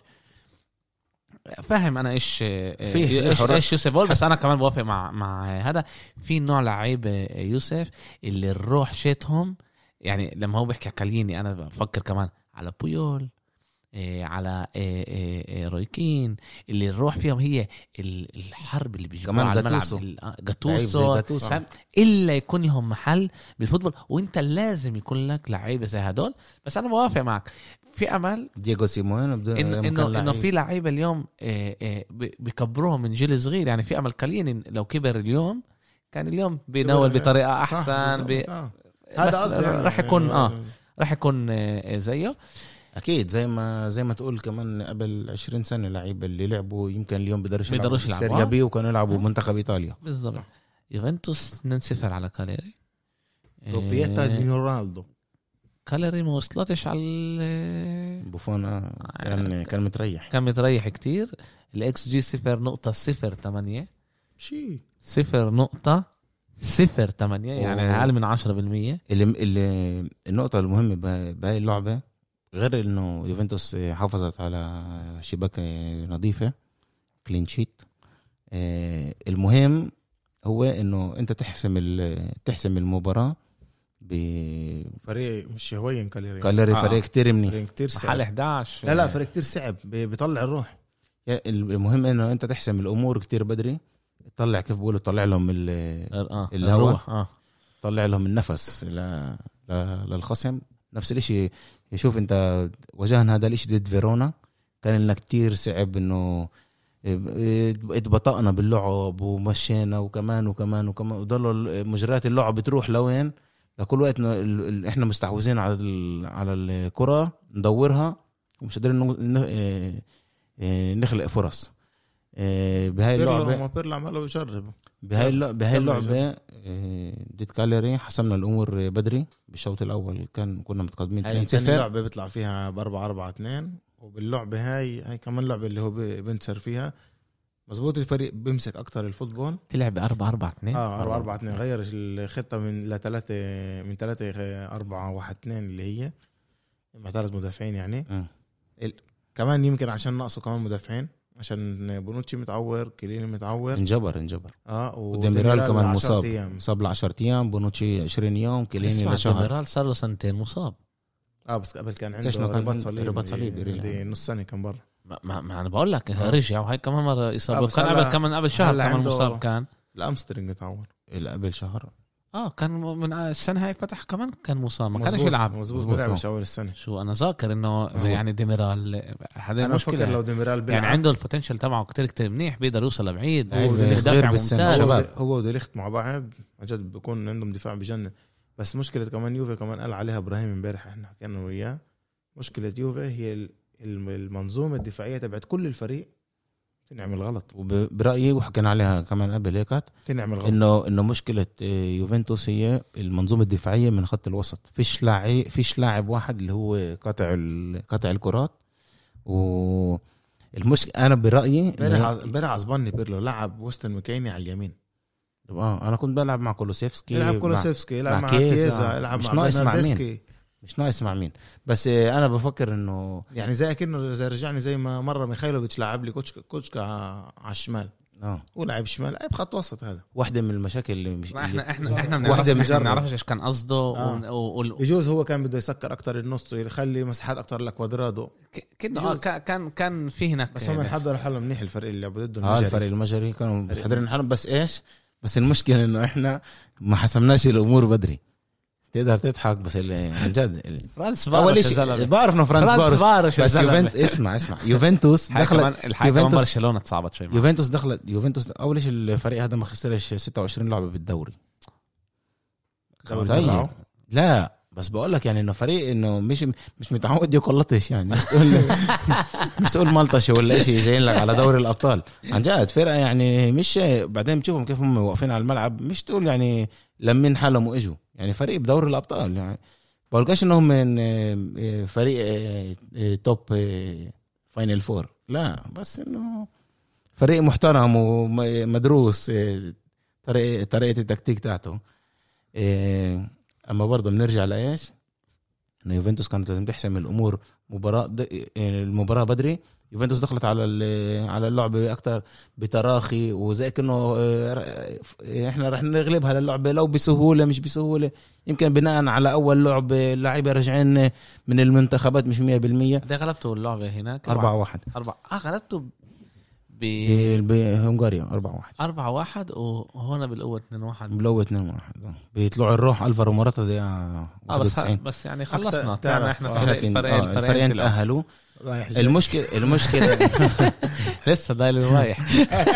فاهم انا ايش ايش ايش يوسف بقول بس انا كمان بوافق مع مع هذا. في نوع لعيبه يوسف اللي الروح شيتهم يعني لما هو بيحكي كاليني انا بفكر كمان على بويول إيه على إيه إيه رويكين اللي الروح فيهم هي الحرب اللي بيجوا على الملعب جاتوسو الا يكون لهم محل بالفوتبول وانت لازم يكون لك لعيبه زي هدول. بس انا بوافق معك في امل دييغو سيمون انه انه, إنه في لعيبه اليوم إيه إيه بيكبروهم من جيل صغير. يعني في امل كاليني لو كبر اليوم كان اليوم بيناول بطريقه احسن بي... آه. هذا قصدي راح يكون اه راح يكون آه زيه اكيد زي ما زي ما تقول كمان قبل عشرين سنه لعيبه اللي لعبوا يمكن اليوم بيقدروا يلعبوا السيريا بي وكانوا يلعبوا منتخب ايطاليا بالضبط. يوفنتوس اثنين صفر على كاليري روبيتا دي رونالدو كاليري ما وصلتش على بوفون كان كان متريح كان متريح كتير. الاكس جي صفر نقطة صفر ثمانية شيء صفر نقطة صفر ثمانية يعني أقل من عشرة بالمية. اللي اللي النقطة المهمة بهاي اللعبة غير إنه يوفنتوس حافظت على شباك نظيفة كلين شيت. المهم هو إنه أنت تحسم تحسم المباراة بفريق مش هوين كاليري كاليري فريق آه. كتير منيح محل إحدى عشر لا لا فريق كتير صعب بيطلع الروح. المهم إنه أنت تحسم الأمور كتير بدري طلع كيف بقولوا طلع لهم آه. الهواء آه. طلع لهم النفس ل... للخصم. نفس الاشي يشوف انت وجهنا هذا الاشي ضد فيرونا كان لنا كتير صعب انه اتبطأنا باللعب ومشينا وكمان وكمان وكمان وضلوا مجريات اللعب بتروح لوين لكل وقت احنا مستحوذين على على الكرة ندورها ومش قادرين نخلق فرص. بهاي اللعبة ما بيرلع ما له بيجرب بهاي اللعبة بهاي اللعبة ديت كاليري حسمنا الأمور بدري بالشوط الأول كان كنا متقدمين اثنين صفر. اللعبة بيطلع فيها بأربعة أربعة اثنين وباللعبة هاي هاي كمان لعبة اللي هو بنتصر فيها مزبوط. الفريق بيمسك أكتر الفوتبول تلعب أربعة أربعة اثنين اه أربعة أربعة اثنين غير الخطة من لثلاثة من ثلاثة أربعة واحد اثنين اللي هي مع ثلاث مدافعين يعني ال... كمان يمكن عشان نقصوا كمان مدافعين عشان بونوتشي متعور كيليني متعور انجبر انجبر اه وديميرال كمان مصاب مصاب ل عشرة ايام بونوتشي عشرين يوم كيليني لشهر. ديميرال صار له سنتين مصاب اه بس قبل كان عنده رباط صليبي رباط صليبي رجع نص سنه كان برا ما, ما, ما انا بقول لك آه. رجع وهي كمان مره اصابه كان قبل كمان قبل شهر كمان مصاب كان الامسترينج متعور اللي قبل شهر اه كان من السنه هاي فتح كمان كان مصاب ما كانش يلعب مظبوط مش اول السنه. شو انا ذاكر انه زي يعني ديميرال هذا مشكله لو ديميرال يعني عنده البوتنشل تبعه كتير كتير منيح بيقدر يوصل لبعيد دافع ممتاز هو وديليخت مع بعض عجد بيكون عندهم دفاع بجنن. بس مشكله كمان يوفي كمان قال عليها ابراهيم امبارح احنا حكينا وياه مشكله يوفي هي المنظومه الدفاعيه تبعت كل الفريق تنعمل غلط. وبرأيي وحكينا عليها كمان قبل هيك تنعمل غلط انه انه مشكله يوفنتوس هي المنظومه الدفاعيه من خط الوسط. فيش لاعب فيش لاعب واحد اللي هو قاطع قاطع الكرات. والمشكله انا برأيي امبارح عصبني بيرلو لعب وستن مكيني على اليمين. اه انا كنت بلعب مع كولوسيفسكي يلعب كولوسيفسكي يلعب مع كيزا يلعب مش ناقص مع مين مش ناقص مع مين. بس انا بفكر انه يعني زي كأنه زي رجعني زي ما مره ميخايلوفيتش لعب لي كوتشكا كوتشكا على الشمال اه ولعب شمال لعب خط وسط. هذا واحده من المشاكل اللي مش احنا احنا احنا واحده ما بنعرفش ايش كان قصده. آه. و... يجوز هو كان بده يسكر اكتر النص يخلي مساحات اكتر لكوادرادو كده اه كان كان في هناك بس هم حضروا حالهم منيح الفريق اللي ضده المجري. اه الفريق المجري كانوا حاضرين حالهم. بس ايش بس المشكله انه احنا ما حسمناش الامور بدري. تقدر تضحك بس عن جد فرانس اول شيء بعرف انه فرانس فرانس باروش بس يوفنتوس اسمع اسمع يوفنتوس دخلت يوفنتوس برشلونه تصعبت شوي يوفنتوس دخلت يوفنتوس اول شيء الفريق هذا ما خسرش ستة وعشرين لعبه بالدوري. طيب لا بس بقول لك يعني انه فريق انه مش مش متعود يقلطش يعني مش تقول مش تقول ملطش ولا شيء جايين لك على دوري الابطال عن جد فرقه يعني مش بعدين بتشوفهم كيف هم واقفين على الملعب مش تقول يعني لمين حالهم واجوا يعني فريق بدوري الابطال يعني بقولكش انهم من فريق توب فاينل فور لا بس انه فريق محترم ومدروس طريقه طريقه التكتيك تاعته. اما برضه بنرجع لايش انه يوفنتوس كانت لازم تحسم الامور مباراه المباراه بدري. يوفنتوس دخلت على على اللعبه اكثر بتراخي وزي كأنه احنا رح نغلبها للعبه لو بسهوله مش بسهوله يمكن بناء على اول لعبه لاعيبه راجعين من المنتخبات مش مية بالمية. ده غلبتوا اللعبه هناك أربعة واحد أربعة اه غلبتوا بهنغاريا أربعة واحد أربعة واحد وهنا بالأول اثنين واحد بالأول اثنين واحد بيطلعوا الروح ألفارو موراتا دي اه بس, بس يعني خلصنا يعني احنا فريقين الفريقين تأهلوا. المشكلة المشكلة لسه دايل رايح.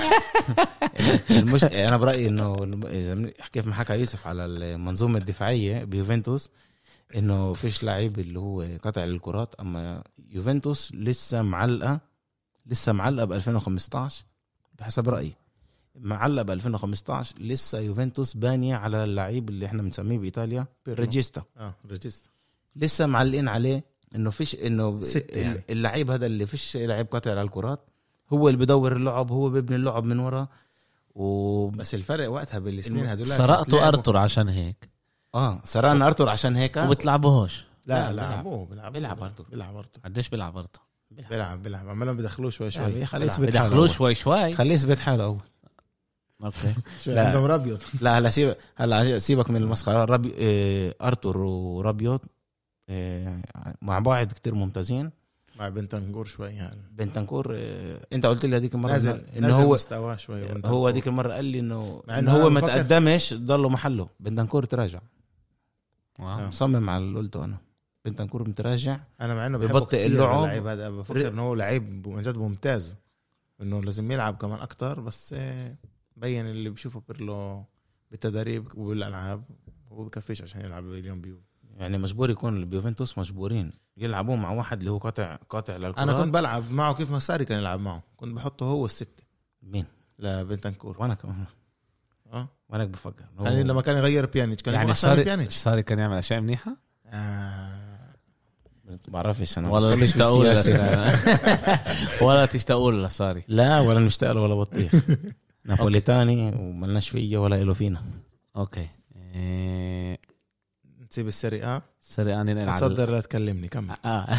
المشكلة أنا برأيي إنه إذا كيف ما حكى يوسف على المنظومة الدفاعية بيوفنتوس إنه فيش لاعب اللي هو قطع الكرات. أما يوفنتوس لسه معلقة لسه معلقة ب ألفين وخمستاشر بحسب رأيي معلقة ب ألفين وخمستاشر لسه يوفنتوس بانية على اللعيب اللي احنا بنسميه بإيطاليا ريجيستا اه ريجيستا لسه معلقين عليه انه فيش انه يعني. اللعيب هذا اللي فيش لعيب قاطع على الكرات هو اللي بدور اللعب هو بيبني اللعب من ورا وبس الفرق وقتها بالسنين هدول سرقتوا ارتور عشان هيك اه سرقنا ارتور عشان هيك وبتلعبوهوش لا لعبوه بيلعب بيلعب ارتور بيلعب ارتور قديش بيلعب ارتور بيلعب بيلعب عمالهم بدخلوه شوي شوي خليه بدخلوه شوي شوي خليه يثبت حاله اول اوكي لا عندهم رابيوت لا هلا سيبك هلا سيبك من المسخره ربي اه ارتور ورابيوت اه مع بعض كتير ممتازين مع بنتنكور شوي يعني بنتنكور اه انت قلت لي هذيك المره نازل انه هو مستواه شوي هو هذيك المره قال لي انه إنه هو ما تقدمش ضله محله بنتنكور تراجع واو صمم على اللي قلته انا بنتنكور متراجع انا مع انه ببطئ اللعب هذا بفكر انه هو لعيب من جد ممتاز انه لازم يلعب كمان اكتر بس بين اللي بشوفه بيرلو بالتدريب وبالالعاب هو بكفيش عشان يلعب اليوم بيو يعني مجبور يكون البيوفنتوس مجبورين يلعبوا مع واحد اللي هو قاطع قاطع للكرة. انا كنت بلعب معه كيف ما ساري كان يلعب معه كنت بحطه هو الستة مين لا بنتنكور وانا كمان اه وانا بفكر كان لما كان يغير بيانيتش كان يعني صار صار كان يعمل اشياء منيحه آه. بعرفش انا ولا تشتاقول ولا تشتاقول صاري لا ولا نشتاق ولا بطيخ نابوليتاني وملناش فيه ولا له فينا. اوكي إيه... نسيب السري اه سري اني نلعب تصدر لا تكلمني كمل اه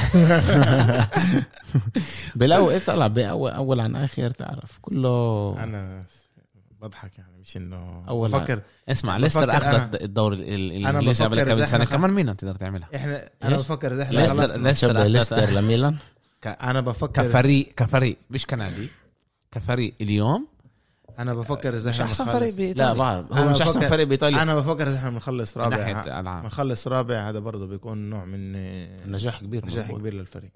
بالاول طلع باول اول عن اخر تعرف كله انا بضحك يعني مش انه اول بفكر اسمع ليستر اخذت الدوري الانجليزي قبل كم سنه كمان مين تقدر تعملها احنا انا بفكر اذا احنا ليستر ليستر ليستر لميلان ك... انا بفكر كفريق كفريق مش كندي كفريق اليوم انا بفكر اذا احنا احسن فريق لا بعرف هو مش احسن فريق بايطاليا انا بفكر اذا احنا بنخلص رابع بنخلص رابع هذا برضه بيكون نوع من نجاح كبير نجاح كبير للفريق.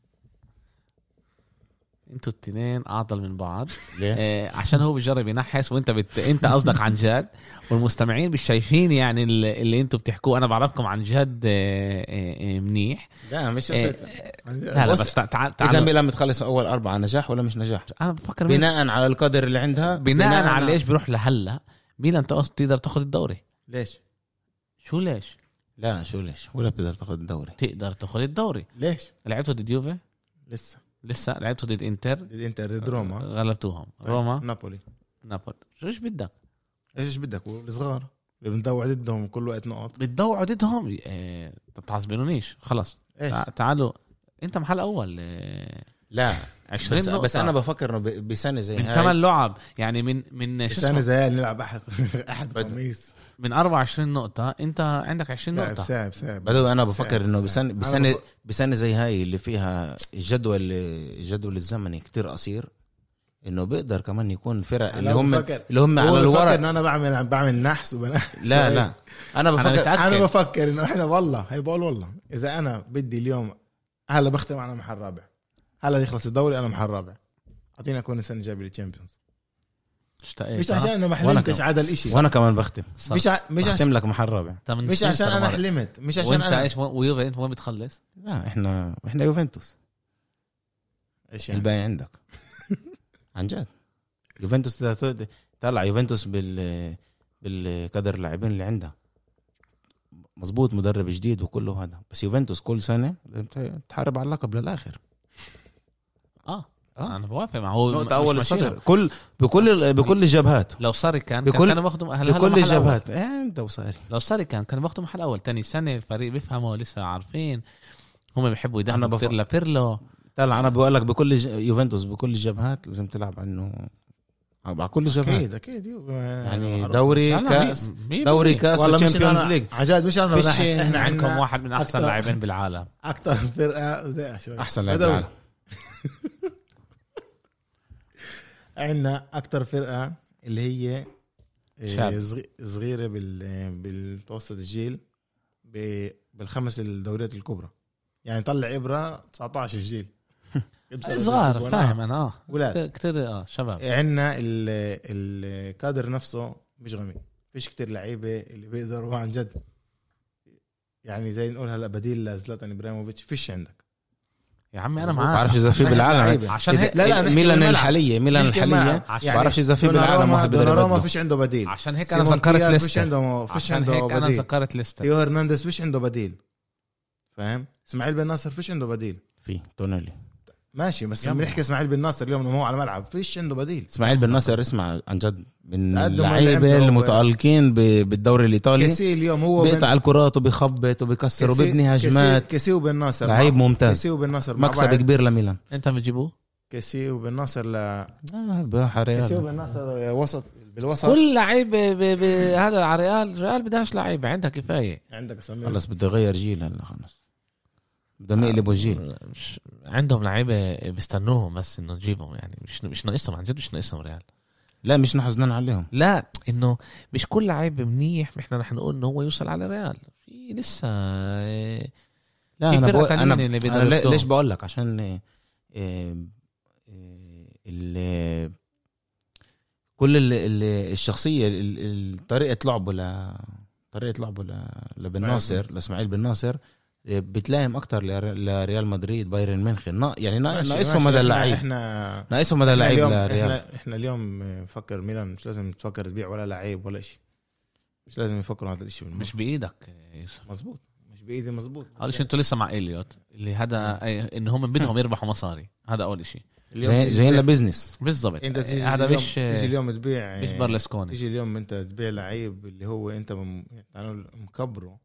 انتوا التنين اعطل من بعض آه عشان هو بيجرب ينحس وانت بت... انت قصدك عن جد والمستمعين مش شايفين يعني اللي, اللي انتوا بتحكوه. انا بعرفكم عن جد آه آه منيح لا مش آه لا بس تعال تعال اذا ميلان متخلص اول اربعه نجاح ولا مش نجاح؟ انا بفكر بناء على القدر اللي عندها بناء, بناء على ليش بيروح لهلا ميلان تقدر تاخذ الدوري. ليش شو ليش لا شو ليش ولا بتقدر تاخذ الدوري تقدر تاخذ الدوري ليش لعبتوا ضد يوفي لسه لسه لعبتوا ضد انتر ضد انتر ضد روما غلبتوهم روما نابولي نابولي ايش بدك ايش بدك والصغار اللي بندوع ضدهم كل وقت نقط بتدوعوا ضدهم ايه تعصبونيش خلص تع... تعالوا انت محل اول ايه... لا عشرين بس, بس انا بفكر انه بسنه زي من ثمان لعب يعني من من سنه زي نلعب احد احد خميس من أربعة وعشرين نقطة أنت عندك عشرين نقطة. ساعب ساعب بدو أنا بفكر إنه بسنة بسنة بف... بسنة زي هاي اللي فيها الجدول الجدول الزمني كتير قصير انه بيقدر كمان يكون فرق اللي لو هم بفكر- اللي هم هو على بفكر الورق. انه انا بعمل بعمل نحس وبنا... لا لا انا بفكر متأكد. انا بفكر انه احنا والله هي بقول والله اذا انا بدي اليوم هلا بختم انا محل رابع هلا يخلص الدوري انا محل رابع اعطينا اكون السنه الجايه بالتشامبيونز اشتقيت مش عشان انه ما وأنا حلمتش كمان. هذا الاشي وانا كمان بختم مش ع... مش بختم عشان لك محل رابع مش عشان انا حلمت مش عشان وانت انا ايش ويوفي انت وين بتخلص؟ لا احنا احنا يوفنتوس ايش يعني؟ الباقي عندك عن جد يوفنتوس ت- طلع يوفنتوس بال بالقدر اللاعبين اللي عندها مزبوط مدرب جديد وكله هذا بس يوفنتوس كل سنة تحارب على اللقب للآخر اه آه. انا بوافق مع هو نقطة مش أول ماشيينها. السطر كل بكل بكل الجبهات لو صار كان بكل- كان كانوا باخذوا هلا هلا بكل محل أول. الجبهات إيه أنت وصاري لو صار كان كانوا باخذوا محل اول تاني سنه الفريق بيفهموا لسه عارفين هم بيحبوا أنا يدعموا بف- بيرلا بيرلو طلع أنا بقول لك بكل ج... يوفنتوس بكل الجبهات لازم تلعب عنه على كل الجبهات اكيد اكيد يعني معروف. دوري لا، لا، كاس مية- مية دوري بالمية. كاس والله مش وتشامبيونز أنا- ليج عجاد مش انا فيش- بحس احنا عندكم عنا واحد من احسن أكتر- لاعبين بالعالم اكتر فرقه زي شوي. أحسن لاعب بدوي. بالعالم. عندنا اكتر فرقه اللي هي شاب. آه، صغ- صغيره بال بالمتوسط الجيل ب- بالخمس الدوريات الكبرى يعني طلع ابره تسعتاشر جيل صغار فاهم انا اه ولاد. كتير اه شباب عندنا ال- الكادر نفسه مش غني فيش كتير لعيبه اللي بيقدروا عن جد يعني زي نقول هلا بديل لزلاتان ابراهيموفيتش فيش عندك يا عمي انا ما معاك بعرفش إذا في عشان بالعالم لعيبة. عشان إذا- هيك لا، لا، نحكي ميلان بالملعب. الحالية ميلان نحكي بالملعب. الحالية عشان بعرفش إذا في بالعالم دوناروما- واحد بيقدر دوناروما يبدله فيش عنده بديل عشان هيك انا سيمون ذكرت كيار فيش ليستر عنده فيش عشان عنده هيك انا بديل ذكرت ليستر تيو هرنانديز فيش عنده بديل فاهم اسماعيل بن ناصر فيش عنده بديل في تونيلي ماشي بس يلا. بنحكي اسماعيل بن ناصر اليوم انه هو على الملعب فيش عنده بديل اسماعيل بن ناصر اسمع عن جد من قدم اللي اللعيبة عنده. المتألقين ب- بالدوري الإيطالي كيسي اليوم هو بيقطع الكرات وبيخبط وبيكسر كيسي- وبيبني كيسي- هجمات كيسي وبن ناصر لعيب مع- ممتاز. كيسي وبن ناصر مع مكسب بعض. كبير لميلان انت بتجيبوه كيسي وبن ناصر ل آه بروح على كيسي ريال وبن ناصر وسط بالوسط كل لعيب بهذا على ريال ريال بدهاش لعيبه عندها كفايه عندك اسامي خلص بده يغير جيل هلا خلص بدهم يقلبوا الجيل مش عندهم لعيبه بيستنوهم بس انه نجيبهم يعني مش مش ناقصهم عن جد مش ناقصهم ريال لا مش نحزنان عليهم لا انه مش كل لعيب منيح احنا رح نقول انه هو يوصل على ريال في لسه لا في انا فرقة بقول تانيين انا, اللي أنا بيقدروا لي- ياخدوهم. ليش بقول لك عشان إيه إيه إيه ال- كل ال- ال- الشخصيه ال- ال- طريقه لعبه ل طريقه لعبه ل- لبن ناصر لاسماعيل بن ناصر إيه، بتلايم اكتر لريال مدريد بايرن ميونخ نا- يعني نا- ماشي- ناقصهم ماشي. هذا احنا اللعيب احنا ناقصهم هذا اللعيب اليوم لريال احنا, احنا اليوم نفكر ميلان مش لازم تفكر تبيع ولا لعيب ولا شيء مش لازم يفكروا هذا الشيء مش بايدك يوسف مزبوط مش بايدي مزبوط اول شيء انتوا لسه مع اليوت اللي هذا ان هم بدهم يربحوا مصاري هذا اول شيء جايين جايين لبزنس بالضبط انت تيجي هذا اليوم- مش تيجي اليوم تبيع مش برلسكوني تيجي اليوم انت تبيع لعيب اللي هو انت مم- يعني مكبره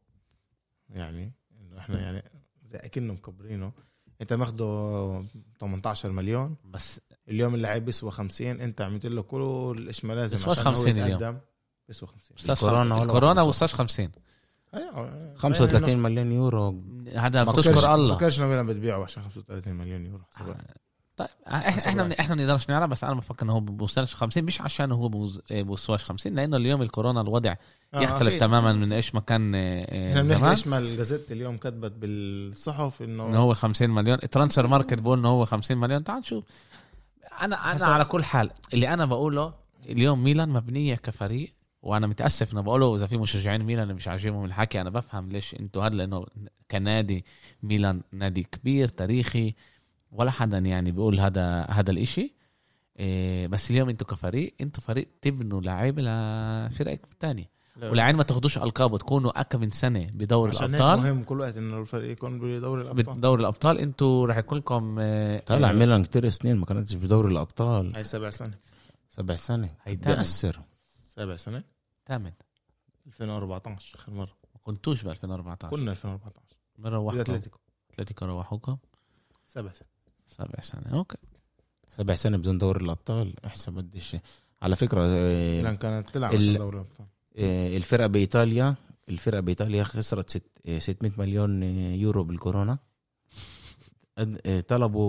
يعني انه احنا يعني زي اكنه مكبرينه انت ماخده ثمانية عشر مليون بس اليوم اللاعب بيسوى خمسين انت عملت له كل ايش ما لازم بيسواش عشان هو خمسين اليوم. يتقدم بيسوى خمسين الكورونا ولا الكورونا خمسة. وصلش خمسين ايوه خمسة وثلاثين مليون يورو هذا بفكرش بتشكر الله بفكرش انه ميلان بتبيعه عشان خمسة وثلاثين مليون يورو طيب احنا احنا احنا بنقدرش نعرف بس انا بفكر انه هو بوصلش خمسين مش عشان هو بوز- بوصلش خمسين لانه اليوم الكورونا الوضع يختلف تماما من ايش ما كان احنا آه، بنحكي زمان ايش ما الجازيت اليوم كتبت بالصحف انه انه هو خمسين مليون ترانسفير ماركت بقول انه هو خمسين مليون تعال نشوف انا انا حسب. على كل حال اللي انا بقوله اليوم ميلان مبنيه كفريق وانا متاسف انه بقوله اذا في مشجعين ميلان اللي مش عاجبهم الحكي انا بفهم ليش انتوا هذا لانه كنادي ميلان نادي كبير تاريخي ولا حدا يعني بيقول هذا هذا الاشي إيه بس اليوم انتوا كفريق انتوا فريق تبنوا لعيبه لفرق تانية ولعين ما تاخدوش القاب وتكونوا اكثر من سنه بدور عشان هيك الابطال مهم كل وقت انه الفريق يكون بدوري الابطال بدور الابطال انتوا رح يكون لكم آه، طلع آه، ميلان كتير سنين ما كانتش بدوري الابطال هاي سبع سنة سبع سنة هي تامن بيأثر سبع سنة تامن ألفين وأربعتاشر اخر مرة ما كنتوش ب ألفين وأربعتاشر كنا ألفين وأربعتاشر مره واحده اتلتيكو اتلتيكو روحوكم سبع سنة سبع سنه اوكي سبع سنة بدون دوري الابطال احسب قديش على فكرة آه، ميلان كانت تلعب ال- عشان دوري الابطال آه، الفرقة بإيطاليا الفرقة بإيطاليا خسرت ست- آه، ستمية مليون آه، يورو بالكورونا قد- آه، طلبوا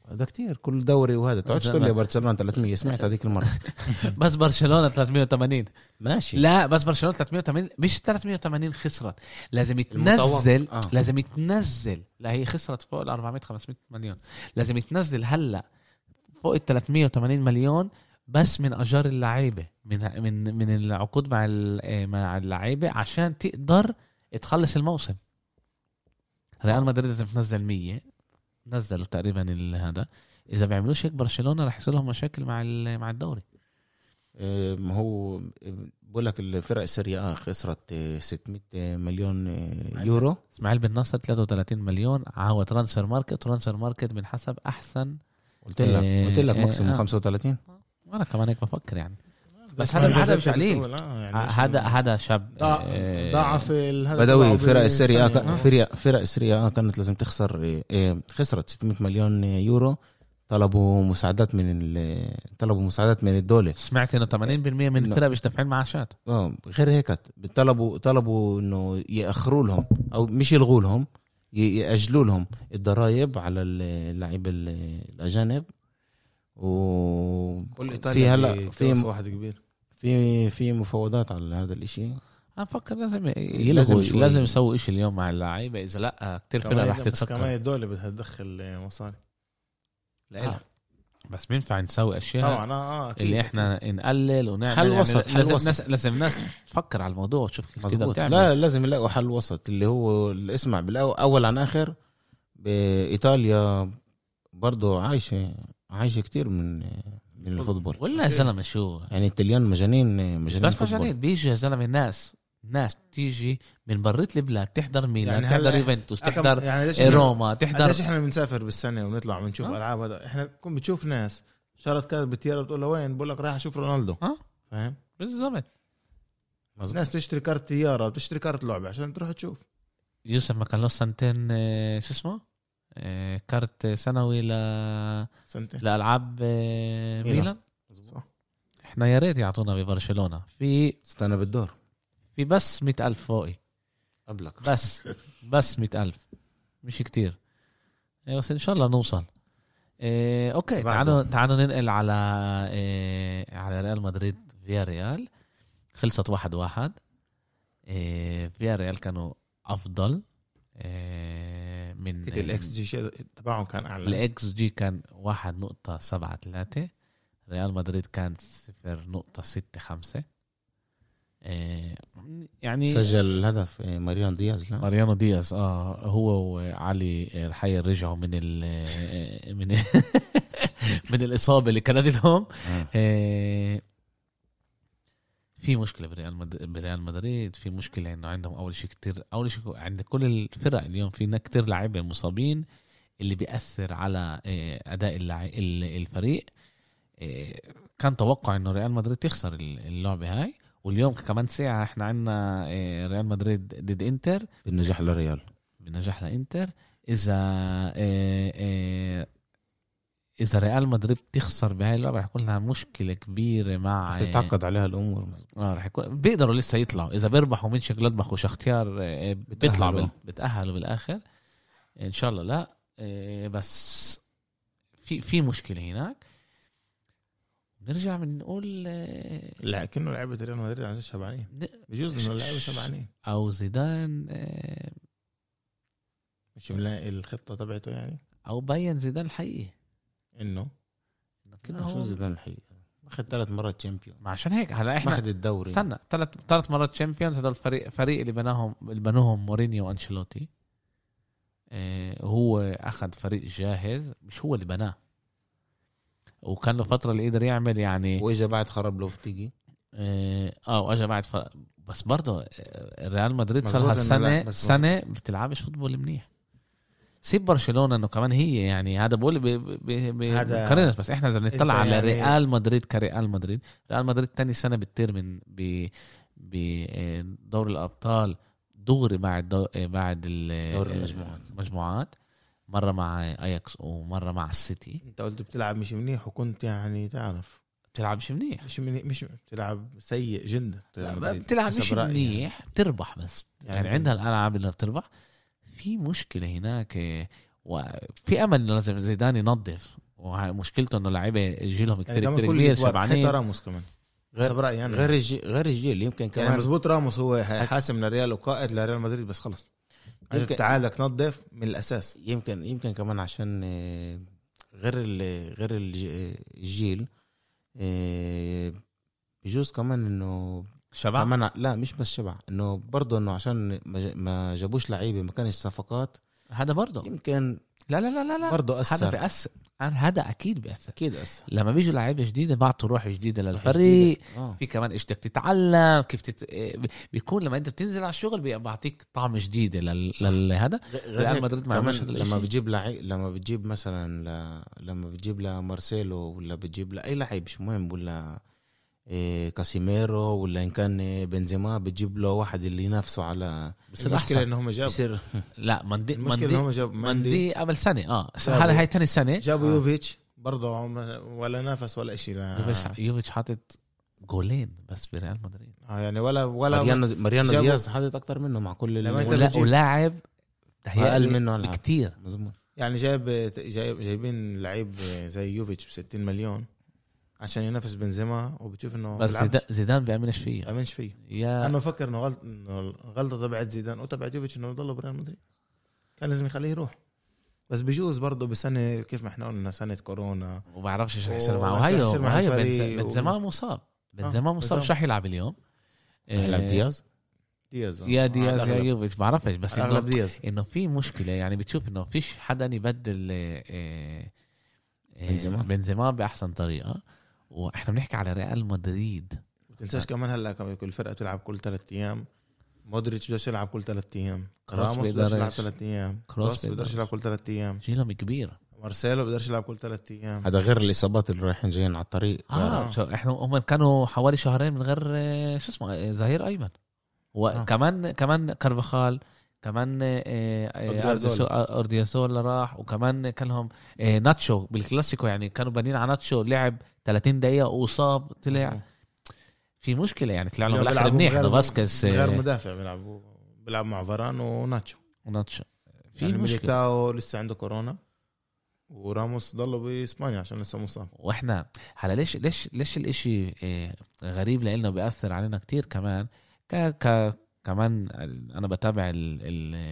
ده كتير كل دوري وهذا تقعدش تقول لي برشلونه ثلاثمية سمعت هذيك المره. بس برشلونه ثلاثمية وثمانين ماشي. لا بس برشلونه ثلاثمية وثمانين مش ثلاثمية وثمانين خسرت لازم يتنزل آه. لازم يتنزل لا هي خسرت فوق ال أربعمية خمسمية مليون لازم يتنزل هلا فوق ال ثلاثمية وثمانين مليون بس من اجار اللعيبه من من من العقود مع مع اللعيبه عشان تقدر تخلص الموسم. ريال مدريد لازم تنزل مية نزلوا تقريبا هذا. اذا بيعملوش هيك برشلونه رح يصير لهم مشاكل مع مع الدوري. ما هو بقول لك الفرق السريعه خسرت ستمية مليون يورو. اسماعيل بن نصر ثلاثة وثلاثين مليون عهو ترانسفير ماركت. ترانسفير ماركت بنحسب احسن. قلت لك آه قلت لك ماكسيموم آه خمسة وثلاثين. وانا كمان هيك بفكر يعني. بس هذا هذا مش قليل. هذا هذا شاب ضاعف بدوي. فرق السريعه فرق فرق السريعه كانت لازم تخسر. خسرت ستمية مليون يورو. طلبوا مساعدات من طلبوا مساعدات من الدولة. سمعت انه ثمانين بالمية من الفرق مش دافعين معاشات. اه غير هيك طلبوا طلبوا انه ياخروا لهم او مش يلغوا لهم ياجلوا لهم الضرائب على اللاعبين الاجانب. وفي هلا في واحد كبير في في مفاوضات على هذا الاشي. انا بفكر لازم يلغوا لازم يسووا شيء اليوم مع اللعيبه. اذا لا كتير فرق راح تتسكر. كمان الدولة بدها تدخل مصاري. لا آه. بس بينفع نسوي اشياء طبعا آه اللي احنا نقلل ونعمل حل وسط. يعني لازم ناس لازم ناس تفكر على الموضوع وتشوف كيف تقدر تعمل. لا لازم يلاقوا حل وسط اللي هو اللي اسمع بالاول اول عن اخر. بايطاليا برضو عايشه عايشه كتير من من الفوتبول. ولا يا زلمه شو يعني الطليان مجانين مجانين بس مجانين. بيجي يا زلمه الناس الناس تيجي من بريت البلاد تحضر ميلان يعني تحضر يوفنتوس تحضر يعني روما تحضر. ليش احنا بنسافر بالسنه ونطلع بنشوف أه؟ العاب هذا احنا كنا بتشوف ناس شرط كارت بتيار بتقول له وين بقول لك رايح اشوف رونالدو اه فاهم بالضبط. ناس تشتري كارت طياره وتشتري كارت لعبه عشان تروح تشوف. يوسف ما كان له سنتين شو اسمه كارت سنوي ل سنتين لالعاب ميلان. احنا يا ريت يعطونا ببرشلونه في استنى بالدور في بس مئة ألف فوقي قبلك بس بس مئة ألف مش كتير. بس إن شاء الله نوصل. إيه أوكي تعالوا تعالوا ننقل على إيه على ريال مدريد فيا ريال. خلصت واحد واحد. إيه فيا ريال كانوا أفضل إيه من الإكس جي تبعهم كان أعلى. الإكس جي كان واحد نقطة سبعة ثلاثة. ريال مدريد كان صفر نقطة ستة خمسة. يعني سجل الهدف ماريانو دياز. لا ماريانو دياز اه هو وعلي الحي رجعوا من ال من من الإصابة اللي كانت لهم. آه. في مشكلة بريال مدريد بريال مدريد في مشكلة إنه عندهم أول شيء كتير أول شيء عند كل الفرق اليوم في كتير لاعبين مصابين اللي بيأثر على أداء الفريق. كان توقع إنه ريال مدريد تخسر اللعبة هاي. واليوم كمان ساعة احنا عنا ريال مدريد ضد انتر بالنجاح للريال بالنجاح لانتر. اذا اذا ريال مدريد تخسر بهاي اللعبة رح يكون لها مشكلة كبيرة مع تتعقد عليها الامور. اه رح يكون بيقدروا لسه يطلعوا اذا بيربحوا من شغلادباخ وشختيار بيطلعوا بال... بتأهلوا بالاخر ان شاء الله. لا بس في في مشكلة هناك. نرجع بنقول لا كأنه لعبة ريال مدريد عن شبعانين. بجوز إنه لعبة شبعانين أو زيدان مش ملاقي الخطة تبعته يعني. أو بين زيدان الحقيقي إنه كأنه شو زيدان الحقيقي أخذ ثلاث مرات تشامبيون. ما عشان هيك هلا إحنا أخذ الدوري. استنى ثلاث ثلاث مرات تشامبيونز. هذول الفريق فريق اللي بناهم اللي بنوهم مورينيو وأنشيلوتي. اه هو أخذ فريق جاهز مش هو اللي بناه. وكان له فترة اللي قدر يعمل يعني. وإجا بعد خرب له فتيجي اه وإجا بعد ف... بس برضه ريال مدريد صار هالسنة سنة بتلعبش فوتبول منيح. سيب برشلونة إنه كمان هي يعني هذا بقول ب ب ب بس إحنا إذا نطلع على يعني ريال مدريد كريال مدريد. ريال مدريد تاني سنة بتطير من ب بدور الأبطال دغري بعد دو... بعد دور المجموعات مجموعات مرة مع اياكس ومرة مع السيتي. انت قلت بتلعب مش منيح وكنت يعني تعرف بتلعب مش منيح مش منيح مش بتلعب سيء جدا. بتلعب مش منيح يعني. بتربح بس يعني, يعني عندها الألعاب اللي بتربح. في مشكلة هناك وفي امل انه لازم زيدان ينظف، ومشكلته انه لعيبه يجيلهم كتير يعني كتير كبير حتى شبعانين. راموس كمان غير برأيي يعني. غير الجيل غير الجيل يمكن كمان يعني مزبوط راموس هو حاسم لريال وقائد لريال مدريد، بس خلص يمكن تعالك تنظف من الاساس. يمكن يمكن كمان عشان غير غير الجيل بيجوز كمان انه شبع كمان، لا مش بس شبع، انه برضه انه عشان ما جابوش لعيبه، ما كانش صفقات، هذا برضه يمكن لا لا لا لا, لا. برضه أثر. هذا بيأثر، هذا أكيد بيأثر، أكيد أثر. لما بيجوا لعيبة جديدة بعطوا روح جديدة للفريق. آه. في كمان إيش بدك تتعلم كيف تت... بيكون لما أنت بتنزل على الشغل بيعطيك طعم جديد لل... لهذا. ريال مدريد كمان لما بتجيب لعيب، لما بتجيب مثلا ل... لما بتجيب لمارسيلو ولا بتجيب لأي لعيب مش مهم، ولا إيه كاسيميرو ولا إن كان بنزيما، بتجيب له واحد اللي ينافسه على. المشكلة إنهم جابوا بصير... لا مندي مندي إنهم جابوا مندي قبل سنة اه هذا هاي تاني سنة جابوا آه. يوفيتش برضه ولا نافس ولا إشي لا. يوفيتش يوفيتش حاطت جولين بس بريال مدريد اه يعني ولا ولا ماريانو ماريانو دياز حاطط أكتر منه مع كل اللي ولا... ولاعب أقل منه كتير. مظبوط. يعني جايب جايب جايبين لعيب زي يوفيتش بستين مليون عشان ينافس بنزيما، وبتشوف انه بس زيدان, زيدان بيعملش فيه بيعملش فيه يا... انا بفكر انه غلط، انه غلطه تبعت زيدان وتبعت يوفيتش انه يضل بريال مدريد، كان لازم يخليه يروح. بس بجوز برضه بسنه كيف ما احنا قلنا سنه كورونا وما بعرفش ايش يصير معه. هيو هيو بنزيما مصاب، بنزيما مصاب مش راح يلعب اليوم. يلعب دياز دياز يا دياز يا يوفيتش بعرفش، بس انه دياز. انه في مشكله يعني بتشوف انه فيش حدا يبدل إيه بنزيما بنزيما باحسن طريقه. واحنا بنحكي على ريال مدريد، ما تنساش كمان هلا كل فرقه بتلعب كل ثلاث ايام. مودريتش بده يلعب كل ثلاث ايام، راموس بده يلعب ثلاث ايام، كروس بده يلعب كل ثلاث ايام، جيلهم كبير، مارسيلو بده يلعب كل ثلاث ايام. هذا غير الاصابات اللي رايحين جايين على الطريق. اه شو احنا هم كانوا حوالي شهرين من غير شو اسمه ظهير ايمن، وكمان آه. كمان كارفاخال، كمان اورديازول راح، وكمان كان لهم ناتشو بالكلاسيكو، يعني كانوا بانين على ناتشو لعب ثلاثين دقيقه واصاب طلع. في مشكله يعني طلع لهم بالاخر منيح. ده فاسكيز غير مدافع بيلعبوا بيلعب مع فاران وناتشو وناتشو في يعني مشكله، لسه عنده كورونا، وراموس ضلوا باسبانيا عشان لسه مصاب. واحنا هلا ليش ليش ليش الاشي غريب لانه بيأثر علينا كتير كمان ك ك كمان انا بتابع ال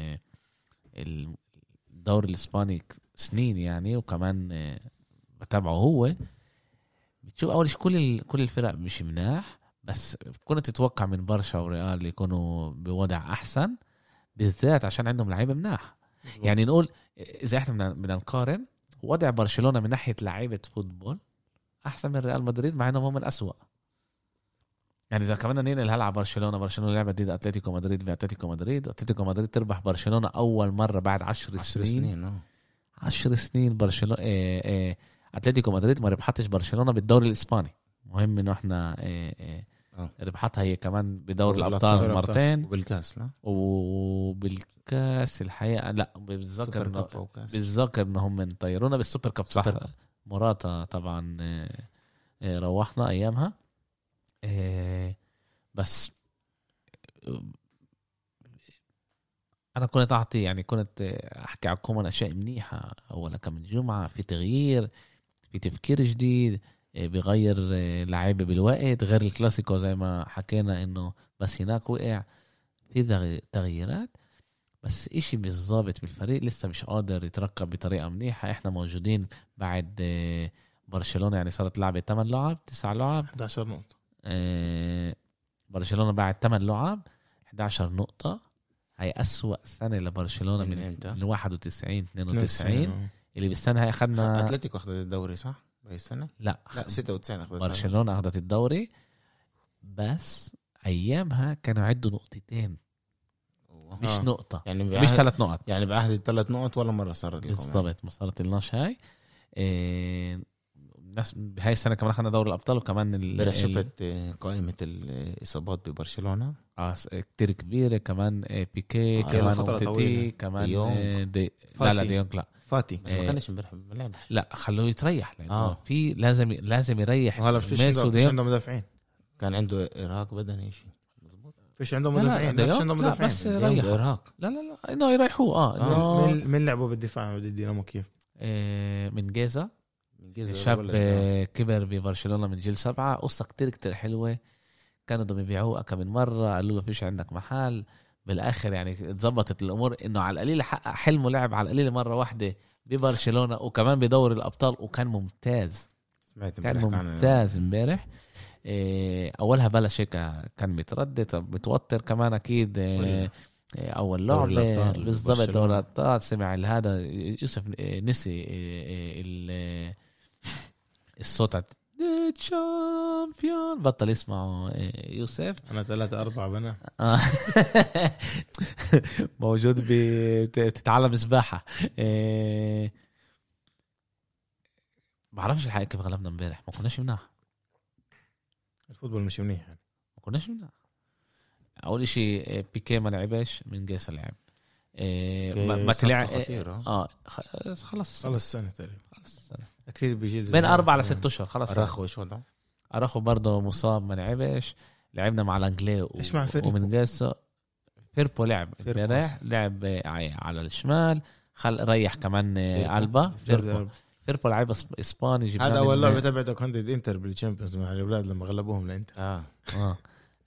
ال الدوري الاسباني سنين يعني، وكمان بتابعه هو. بتشوف اول شيء كل كل الفرق مش مناح، بس كنت تتوقع من برشا وريال يكونوا بوضع احسن، بالذات عشان عندهم لعيبه مناح. يعني نقول اذا احنا بدنا نقارن وضع برشلونه من ناحيه لعيبه فوتبول احسن من ريال مدريد، مع انهم هم من أسوأ. يعني اذا كمان نيجي هلا برشلونه برشلونه لعبت ضد اتلتيكو مدريد باتلتيكو مدريد اتلتيكو مدريد تربح برشلونه اول مره بعد عشر سنين. سنين عشر سنين برشلونه إيه إيه اتلتيكو مدريد ما ربحتش برشلونه بالدوري الاسباني. مهم انه احنا إيه إيه آه. ربحتها هي كمان بدوري الابطال مرتين، وبالكاس لا وبالكاس الحقيقه لا بتذكر انه بتذكر انهم من طيرونا بالسوبر كاب صح. مراتا طبعا إيه روحنا ايامها إيه. بس انا كنت اعطي يعني كنت احكي على كمان اشياء منيحه. اولا كم جمعه في تغيير، في تفكير جديد بيغير لعيبه بالوقت، غير الكلاسيكو زي ما حكينا انه بس هناك وقع في تغييرات. بس اشي بالضبط بالفريق لسه مش قادر يتركب بطريقه منيحه. احنا موجودين بعد برشلونه يعني صارت لعبه ثمان لعب تسع لعب احد عشر نقطه. برشلونه بعد ثمان لعب احد عشر نقطه. هاي أسوأ سنه لبرشلونه من, من, من واحد وتسعين اثنين وتسعين اللي بالسنه هاي اخذنا. اتلتيكو اخذت الدوري صح بهي السنه؟ لا, لا ستة وتسعين اخذت برشلونه اخذت الدوري، بس ايامها كانوا عدوا نقطتين مش آه. نقطه يعني مش ثلاث نقط يعني بعهد الثلاث نقط ولا مره صارت لكم بالضبط. ما صارت لناش هاي إيه... ناس بهاي السنه كمان اخذنا دوري الابطال. وكمان ال... شفت قائمه الاصابات ببرشلونه اه كتير كبيره كمان. بيكي آه كمان وتيتي كمان دي... لا لا ديونج لا فاتي بس ما كانش امبارح بلعب. لا خلوه يتريح لانه آه. في لازم لازم يريح. وهلا مش عنده مدافعين، كان عنده ارهاق بدني شيء مظبوط. فيش عندهم مدافعين، لا فيش عندهم مدافعين بس ريح ارهاق. لا لا لا انه يريحوه اه, آه. من من لعبوا بالدفاع ضد الدينامو كيف إيه من جيزة من جيزة شاب كبر ببرشلونة من جيل سبعة. قصة كتير كتير حلوة. كانوا بدهم يبيعوه كم من مرة قالوا له فيش عندك محل. بالاخر يعني تزبطت الامور انه على القليله حقق حلمه لعب على القليله مره واحده ببرشلونه وكمان بدور الابطال وكان ممتاز. كان ممتاز امبارح. إيه اولها بلش هيك كان متردد متوتر كمان اكيد. إيه اول لعبه بالضبط دوري الابطال سمع هذا يوسف نسي إيه الصوت الشامبيون بطل اسمه يوسف. انا ثلاثة أربعة بنا موجود بتتعلم سباحة. إيه... بعرفش الحقيقة كيف غلبنا امبارح. ما كناش مناح. الفوتبول مش منيح يعني. ما كناش مناح. اول شيء بيكي ما لعبش من جيس لعب. إيه... ما تلعب اه خلص خلص السنة تقريبا. خلص السنة اكيد بيجي بين أربعة لست اشهر خلاص. اراخو ايش وضعه؟ اراخو برضه مصاب ما لعبش. لعبنا مع لانجلي و... ومن جاسو فيربو لعب امبارح لعب على الشمال خل ريح كمان ألبا. فيربو فيربو لعب اسباني. هذا اول لعبه تبعته كانت انتر بالتشامبيونز مع الاولاد لما غلبوهم لانتر. اه اه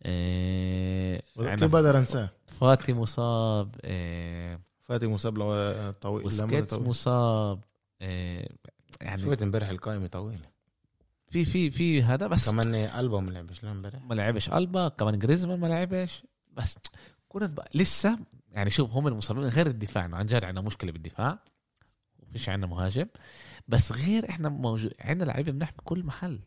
إيه... كيف بقدر انساه؟ فاتي مصاب. إيه... فاتي مصاب لو طويل. وسكيتس مصاب. إيه... يعني شفت امبارح القائمه طويله. في في في هذا بس كمان ألبا ما لعبش لا امبارح. ما لعبش ألبا كمان جريزمان ما لعبش. بس كرة بقى لسه يعني شوف هم المصابين غير الدفاع. عن جد عندنا مشكلة بالدفاع وفيش عندنا مهاجم. بس غير احنا موجود عندنا لعيبة منح بكل محل.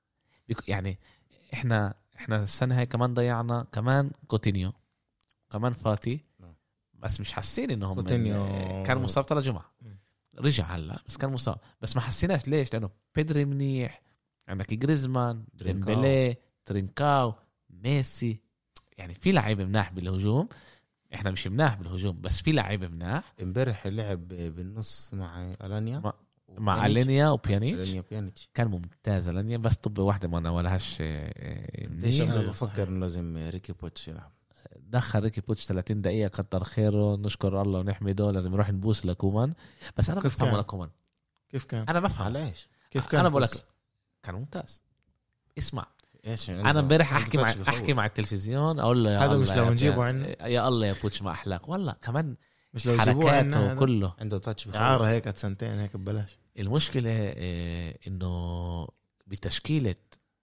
يعني احنا احنا السنة هاي كمان ضيعنا كمان كوتينيو كمان فاتي. بس مش حاسين انهم كان مصاب ثلاث جمعة رجع هلا بس كان مصاب. بس ما حسيناش ليش لانه بيدري منيح. عندك جريزمان ديمبلي ترينكاو ميسي. يعني في لعيبه مناح بالهجوم. احنا مش مناح بالهجوم بس في لعيبه مناح. امبارح لعب بالنص مع ألانيا مع, مع ألانيا وبيانيتش. بيانيتش كان ممتاز. ألانيا بس طب واحده ما نولهاش. ليش انا بفكر انه لازم ريكي بوتش يلعب. دخل ريكي بوتش ثلاثين دقيقه كتر خيره نشكر الله ونحمده. لازم نروح نبوس لكومان. بس انا بفهم ولا كومان كيف كان. انا بفهم ليش كيف كان. انا بقول لك كان ممتاز. اسمع انا امبارح احكي مع احكي مع التلفزيون اقول له هذا مش لو نجيبه عنا يا الله يا بوتش ما احلاك والله كمان مش لو نجيبه عنا كله عنده تاتش عاره هيك سنتين هيك ببلاش. المشكله إيه انه بتشكيله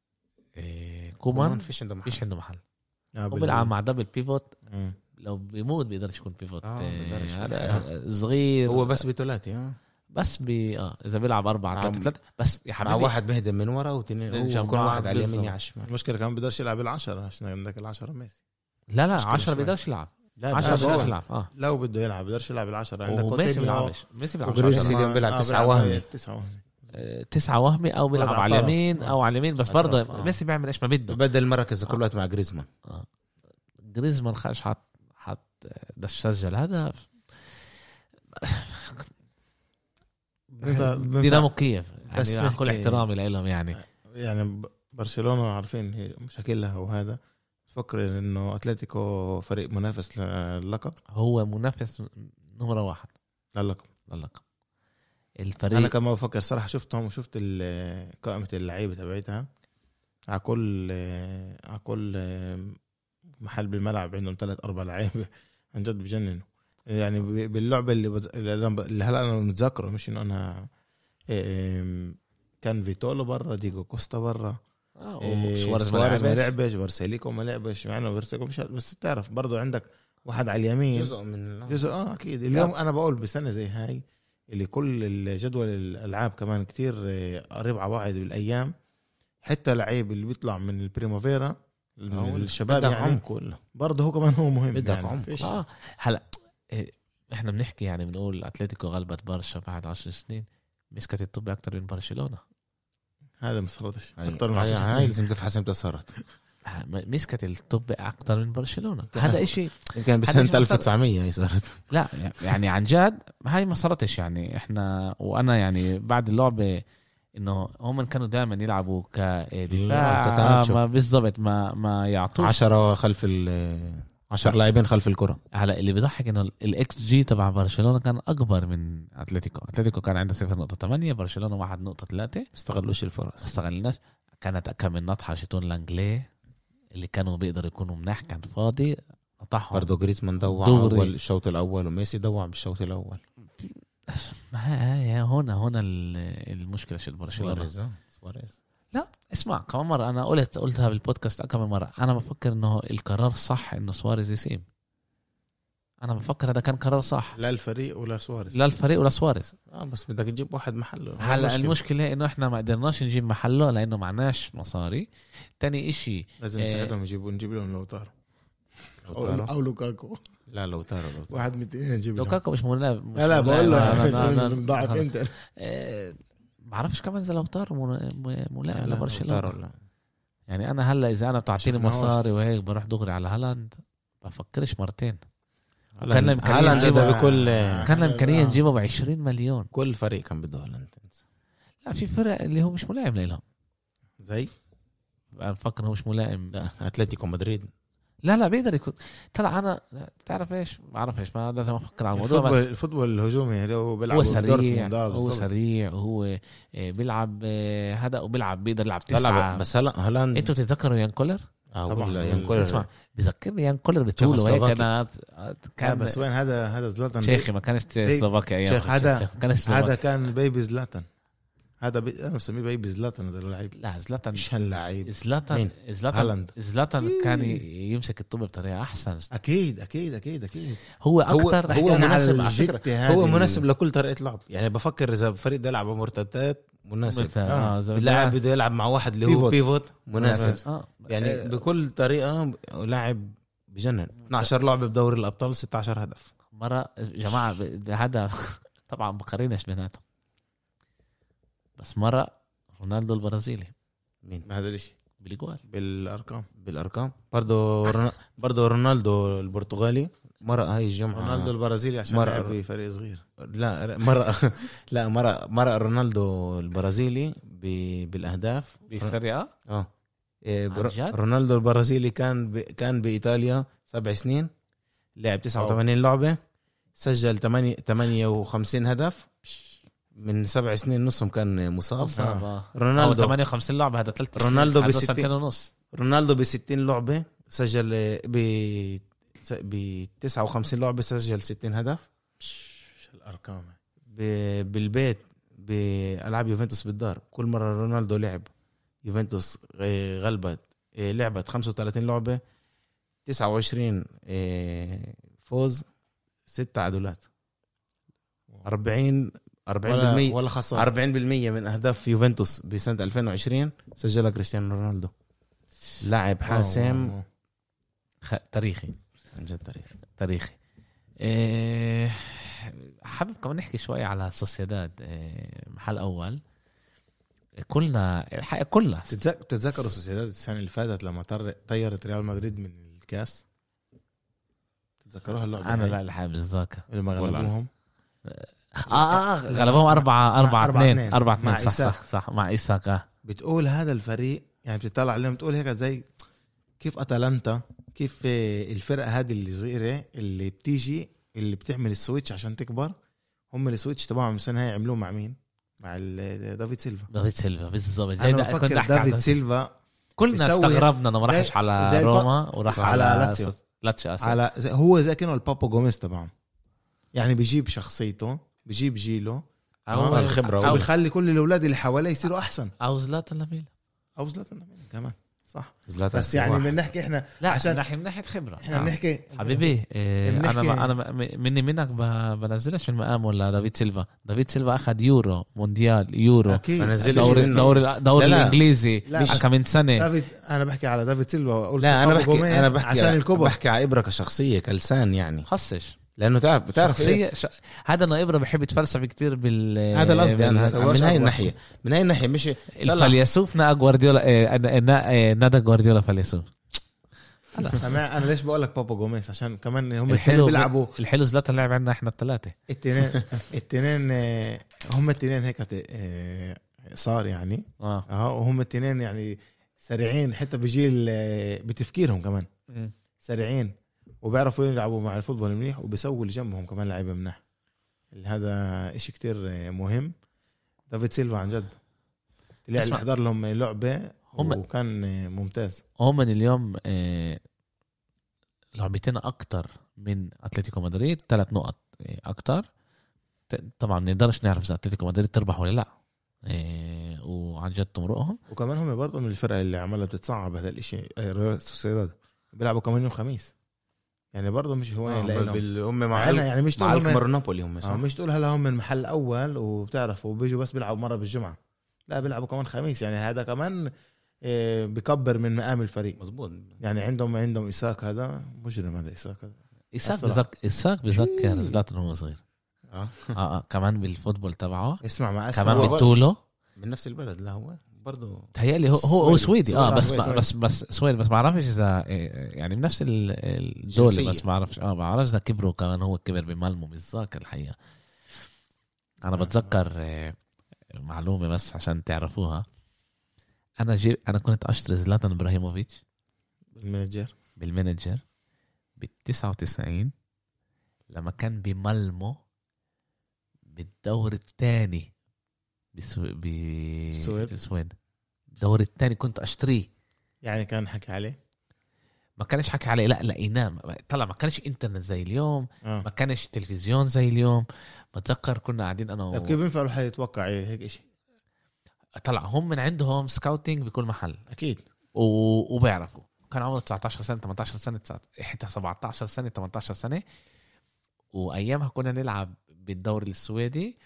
إيه كومان فيش عنده محل. فيش عنده محل. آه وبيلعب مع دبل بيفوت. م. لو بيموت بيقدرش يكون بيفوت. آه هذا صغير هو بس بثلاثي اه بس بي اه اذا بيلعب أربعة ثلاثة ثلاثة بس يا حبيبي مع واحد بهدم من ورا وتنين وكل واحد على اليمين على الشمال. المشكله كمان بيقدرش يلعب العشرة عشان عندك العشرة ميسي. لا لا عشرة بيقدرش يلعب. عشرة بيقدرش يلعب اه لو بده يلعب بيقدرش يلعب العشرة. عندك ميسي بيلعبش. ميسي بيلعب اليوم بيلعب تسعة وهمي تسعة وهمي تسعة وهمي او بيلعب على اليمين او على اليمين بس برضه آه. ميسي بيعمل ايش ما بده. بدل المركز كل وقت مع جريزمان. اه جريزمان خش حط حط ده سجل هدف. دينامو كييف يعني كل احترامي لهم يعني يعني برشلونة عارفين هي مشاكلها وهذا. تفكر انه اتلتيكو فريق منافس للقب. هو منافس نمرة واحد للقب للقب الفريق. انا كمان بفكر صراحة شفتهم وشفت قائمة اللعيبة تبعتها على كل على كل محل بالملعب عندهم ثلاث اربع لعيبة عن جد بجننوا. يعني باللعبة اللي, بز... اللي هلا أنا متذكره مش إنه أنا إيه... كان فيتولو برا ديجو كوستا برا آه إيه... سواريز ما لعبش بارسيليكو ما لعبش يعني بارسيليكو مش بس تعرف برضو عندك واحد على اليمين جزء من جزء آه أكيد اليوم أنا بقول بسنة زي هاي اللي كل الجدول الألعاب كمان كتير قريب على بعض بالأيام. حتى لعيب اللي بيطلع من البريمافيرا الشباب يعني برضه هو كمان هو مهم بدك يعني. عمق آه هلا إيه احنا بنحكي يعني بنقول اتلتيكو غلبت برشا بعد عشر سنين. مسكت الطب اكتر من برشلونة. هذا ما صارتش اكتر من عشر سنين. هاي لازم تفحص امتى صارت. مسكت الطب اكتر من برشلونة. هذا اشي كان بسنة ألف وتسعمية هي صارت. لا يعني عن جد هاي ما صارتش يعني احنا وانا يعني بعد اللعبة انه هم كانوا دائما يلعبوا كدفاع ما بالضبط ما ما يعطوش عشرة خلف ال عشر لاعبين خلف الكرة. على اللي بيضحك انه الاكس جي تبع برشلونة كان اكبر من اتلتيكو. اتلتيكو كان عنده صفر نقطة ثمانية، برشلونة واحد نقطة ثلاثة. استغلوش الفرص، استغلناش. كانت كم من نطحة شيتون لانجلي اللي كانوا بيقدروا يكونوا مناح كان فاضي قطعهم. برضو جريزمان دوع اول الشوط الاول وميسي دوع بالشوط الاول. ما هي هنا هنا المشكلة في برشلونة. سواريز لا اسمع كمان مرة أنا قلت قلتها بالبودكاست كم مرة. أنا بفكر إنه القرار صح إنه سواريز يسيب. أنا بفكر هذا كان قرار صح. لا الفريق ولا سواريز. لا الفريق ولا سواريز. آه بس بدك تجيب واحد محله. هلا المشكلة إنه إحنا ما قدرناش نجيب محله لأنه معناش مصاري. تاني إشي لازم نساعدهم يجيبوا نجيب لهم لوتارو أو لوكاكو. لا لوتارو واحد متين نجيب لهم. لوكاكو مش ملاعب. لا لا بقول له ضعف أنت. بعرفش كمان إذا لوتارو ملاعب لبرشلونة. يعني أنا هلا إذا أنا بتعطيني مصاري وهيك بروح دغري على هالاند بفكرش مرتين. كان إمكانية نجيبه بكل كان إمكانية نجيبه بعشرين مليون. كل فريق كان بده هالاند. لا في فرق اللي هو مش ملائم لهم زي أنا بفكر هو مش ملائم. لا أتلتيكو مدريد. لا لا بيقدر يكون. طلع أنا بتعرف إيش ما أعرف إيش ما لازم أفكر على الموضوع. الفوتبول بس الفوتبول الهجومي هو بيلعب هو سريع هو سريع وهو بيلعب هذا وبيلعب بيقدر يلعب تسعة. بس هلا هالاند أنتوا تتذكروا يان كولر؟ اه طبعا يان كولر بذكرني يان كولر بتقوله هيك أنا كان بس وين هذا هذا زلاتان شيخي ما كانش سلوفاكيا أيام هذا هذا كان بيبي زلاتان. هذا بي... انا بسميه بيبي زلاتان. هذا اللعيب لا زلاتان مش هاللعيب. زلاتان زلاتان زلاتان كان يمسك الطوبة بطريقة أحسن. أكيد أكيد أكيد أكيد. هو أكتر هو, هو مناسب على فكرة. هو مناسب لكل طريقة لعب. يعني بفكر إذا فريق ده يلعب مرتدات مناسب. آه. اللاعب بده يلعب مع واحد اللي هو بيفوت مناسب. آه. يعني آه. بكل طريقة لاعب بجنن. اثنا عشر لعبة بدوري الأبطال ستة عشر هدف. مرة جماعة هذا طبعا بقارنش بيناتهم. بس مرة رونالدو البرازيلي. مين هذا الشيء بالجوال بالأرقام بالأرقام برضو رن... برضو رونالدو البرتغالي مرة هاي الجمعة. رونالدو البرازيلي عشان مرة لعب بفريق صغير. لا مرة لا مرة مرة رونالدو البرازيلي ب... بالأهداف بالسريعة. اه إيه بر... رونالدو البرازيلي كان ب... كان بإيطاليا سبع سنين لعب تسعة وثمانين لعبة سجل ثمانية وخمسين هدف من سبع سنين نصهم كان مصاب. آه. رونالدو ثمانية وخمسين لعبة هذا ثلاث رونالدو بستين ونص. رونالدو بستين لعبة سجل ب ب تسعة وخمسين لعبة سجل ستين هدف. شو الأرقام ب... بالبيت بألعاب يوفنتوس بالدار كل مرة رونالدو لعب يوفنتوس غلبت لعبت خمسة وثلاثين لعبة تسعة وعشرين فوز ستة عدولات أربعين أربعين بالمية ولا خسارة. أربعين بالمية من أهداف يوفنتوس بسنة ألفين وعشرين سجلها كريستيانو رونالدو. لاعب حاسم خ... تاريخي عن جد تاريخي تاريخي. إيه... حابب كمان نحكي شوي على سوسيداد. إيه... محل أول كلنا الحقيقة كلنا تتذكروا سوسيداد السنة اللي فاتت لما طيرت ريال مدريد من الكاس. تتذكروها اللعبة؟ أنا لا الحقيقة بالذاكرة لما غلبوهم. آه آه غلبهم أربعة أربعة اثنين أربعة اثنين صح صح صح مع إيساكا. بتقول هذا الفريق يعني بتطلع عليهم بتقول هيك زي كيف أتلانتا كيف الفرقة هذه اللي صغيرة اللي بتيجي اللي بتعمل السويتش عشان تكبر. هم السويتش تبعهم السنة هاي عملوه مع مين؟ مع دافيد سيلفا. دافيد سيلفا بالضبط. أنا بفكر دافيد سيلفا كلنا استغربنا إنه ما راحش على روما وراح على لاتسيو لاتسيو على زي هو زي كانوا البابو جوميز تبعهم. يعني بيجيب شخصيته بيجيب جيله أو الخبرة وبيخلي كل الأولاد اللي حواليه يصيروا أحسن. أو زلاتان لاميلا أو زلاتان لاميلا كمان صح. بس يعني بنحكي إحنا لا عشان نحكي من ناحية خبرة. إحنا بنحكي حبيبي إيه أنا ما أنا مني منك بنزلش في المقام ولا دافيد سيلفا. دافيد سيلفا أخذ يورو مونديال يورو دوري دوري دوري الإنجليزي كم من سنة. دافيد أنا بحكي على دافيد سيلفا. لا أنا بحكي أنا بحكي عشان الكبر بحكي على إبرة كشخصية كلسان يعني خصش لانه تعرف بتعرف إيه؟ ش... هذا نائبرة بحب يتفلسف كتير بال هذا القصد انا من هاي الناحيه من هاي الناحيه مش الفليسوف نا جوارديولا إيه... نادى جوارديولا فليسوف. انا ليش بقول لك بابا جوميز عشان كمان هم الاثنين بيلعبوا الحلو زلاتان لعب عندنا احنا الثلاثه التنين التنين هم التنين هيك صار يعني اه اه وهم التنين يعني سريعين حتى بجيل بتفكيرهم كمان م. سريعين وبيعرفوا يلعبوا مع الفوتبول منيح وبيسووا اللي جنبهم كمان لعيبه منيح. هذا إشي كتير مهم. دافيد سيلفا عن جد اللي اللي حضر لهم لعبه هم وكان ممتاز. هم من اليوم آه لعبتين اكتر من اتلتيكو مدريد ثلاث نقط اكتر. طبعا ما نقدرش نعرف اذا اتلتيكو مدريد تربح ولا لا إيه وعن جد تمرقهم. وكمان هم برضه من الفرق اللي عملها بتتصعب هذا الاشي. ريال سوسيداد بيلعبوا كمان يوم خميس يعني برضه مش هو آه هم مع يعني مش مع الكمرنابولي هم آه مش تقول هلا هم من محل اول وبتعرفوا بيجوا بس بيلعبوا مره بالجمعه. لا بيلعبوا كمان خميس يعني هذا كمان إيه بكبر من مقام الفريق. مظبوط يعني عندهم عندهم إساك هذا مجرم. هذا إساك هذا إساك بذكر إساك بذكر زلاتان وهو صغير. آه. آه كمان بالفوتبول تبعه اسمع مع كمان بالطوله من نفس البلد. لا هو برضه تهيألي هو هو سويدي اه بس بس بس سويدي بس ما بعرفش اذا يعني من نفس الدولة بس ما بعرفش اه بعرفش اذا كبروا كمان. هو كبر بمالمو بالذاك الحقيقه. انا بتذكر معلومه بس عشان تعرفوها. انا جي انا كنت اشتري زلاتان ابراهيموفيتش بالمانجر بالمانجر بالتسعة وتسعين لما كان بمالمو بالدور الثاني بالسويد. الدور الثاني كنت اشتريه يعني كان حكي عليه. ما كانش حكي عليه لا لقيناه طلع. ما كانش انترنت زي اليوم آه. ما كانش تلفزيون زي اليوم. بتذكر كنا قاعدين انا و... طب كيف ينفع الواحد يتوقع هيك إشي؟ طلع هم من عندهم سكاوتينج بكل محل اكيد و... وبيعرفوا. كان عمره تسعة عشر سنه ثمانية عشر سنه حتى سبعة عشر سنه ثمانية عشر سنه. وايامها كنا نلعب بالدوري السويدي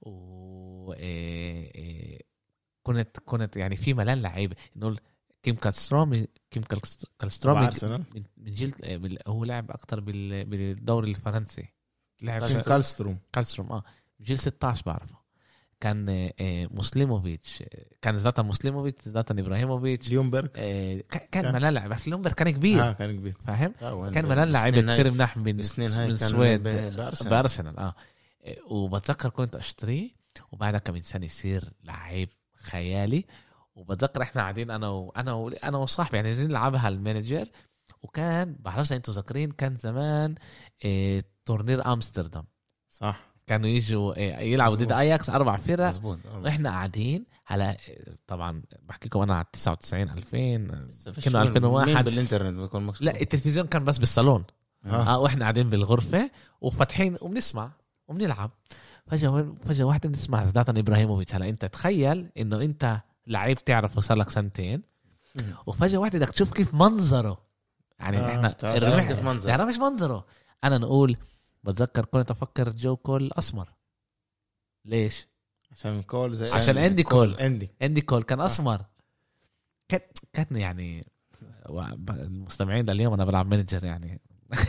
و إيه إيه كنت كنت يعني في ملان لعيبه نقول كيم كالستروم كيم كالستروم من جيل هو لعب اكتر بالدوري الفرنسي. لعب كيم كالستروم كالستروم اه جيل ستة عشر بعرفه. كان إيه مسليموفيتش كان زلاتان مسليموفيتش زلاتان ابراهيموفيتش ليونبرغ إيه كان, كان ملان لعب بس ليونبرغ كان كبير اه كان كبير فاهم. كان ملان لعيبه كتير مناح من السنين هاي من السويد بارسنال اه وبتذكر كنت اشتريه وبعدها كم سنه يصير لعيب خيالي. وبتذكر احنا قاعدين انا وانا وانا وصاحبي يعني عايزين نلعبها المانجر. وكان بعرفش انتوا ذاكرين كان زمان إيه تورنير امستردام صح. كانوا يجوا إيه يلعبوا ضد اياكس اربع فرق واحنا قاعدين على طبعا بحكيكم انا على تسعة وتسعين ألفين كانوا ألفين وواحد بالانترنت بيكون مكسور. لا التلفزيون كان بس بالصالون اه, آه واحنا قاعدين بالغرفه وفاتحين وبنسمع وبنلعب. فجاه فجاه واحده بنسمع زلاتان ابراهيموفيتش. هلا انت تخيل انه انت لعيب تعرف وصار لك سنتين وفجاه واحده بدك تشوف كيف منظره يعني آه احنا تعرفش منظر تعرفش منظره. انا نقول بتذكر كنت افكر جو كول اسمر. ليش؟ عشان كول زي عشان اندي كول اندي اندي كول كان اسمر. كان كان يعني المستمعين لليوم انا بلعب مانجر يعني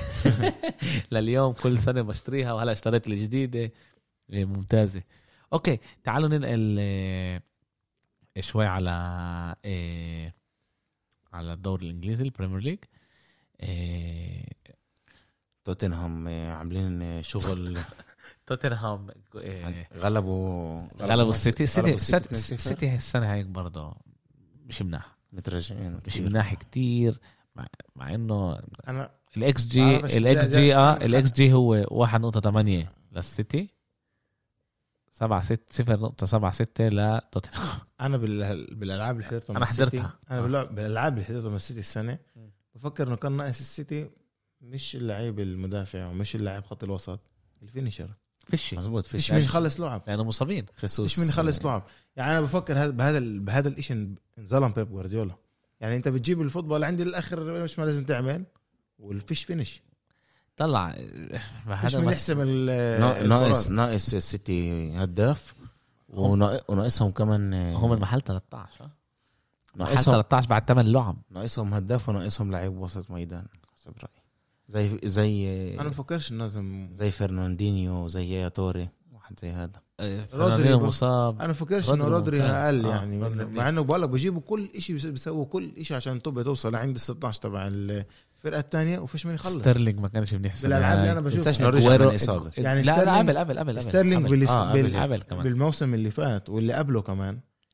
لليوم كل سنه بشتريها وهلا اشتريت الجديده ممتازه. اوكي تعالوا ننقل شوي على على الدوري الانجليزي البريمير ليج. توتنهام عاملين شغل. توتنهام غلبوا غلبوا السيتي. السيتي السيتي السنه هيك برضه مش مناح مترجعين مش مناح كتير مع, مع انه انا الاكس جي الاكس جي اه الاكس جي هو واحد نقطة ثمانية للسيتي سبعة ستة صفر نقطة سبعة ستة لتوتنهام. انا بالالعاب اللي حضرتها انا حضرتها انا آه. بالالعاب اللي حضرتها من السيتي السنه بفكر انه كان ناقص السيتي مش اللاعب المدافع ومش اللاعب خط الوسط الفينيشر. فيش مزبوط فيش مين يخلص لعب لانه مصابين فيش مين يخلص لعب. يعني انا بفكر هذا بهذا بهذا الشيء انظلم بيب جوارديولا. يعني انت بتجيب الفوتبول عندي الاخر مش ما لازم تعمل والفيش فينش طلع مش من يحسم ناقص ناقص السيتي هداف وناقصهم كمان هم المحل ثلاثة عشر محل ثلاثة عشر بعد ثمان لعب. ناقصهم هداف وناقصهم لعيب وسط ميدان حسب رأيي زي زي انا بفكرش لازم زي فرناندينيو زي يا توري واحد زي هذا رودري مصاب. انا فكرش انه رودري اقل يعني آه. مع انه بقول لك بجيبوا كل شيء بيسووا كل شيء عشان تبقى توصل عند ستة عشر تبع الفرقه الثانيه وفيش من يخلص. ستيرلينج ما كانش بنحسب بالالعاب اللي انا بشوف انه رجع من اصابه يعني لا قبل قبل قبل ستيرلينج قبل بالموسم اللي فات واللي قبله كمان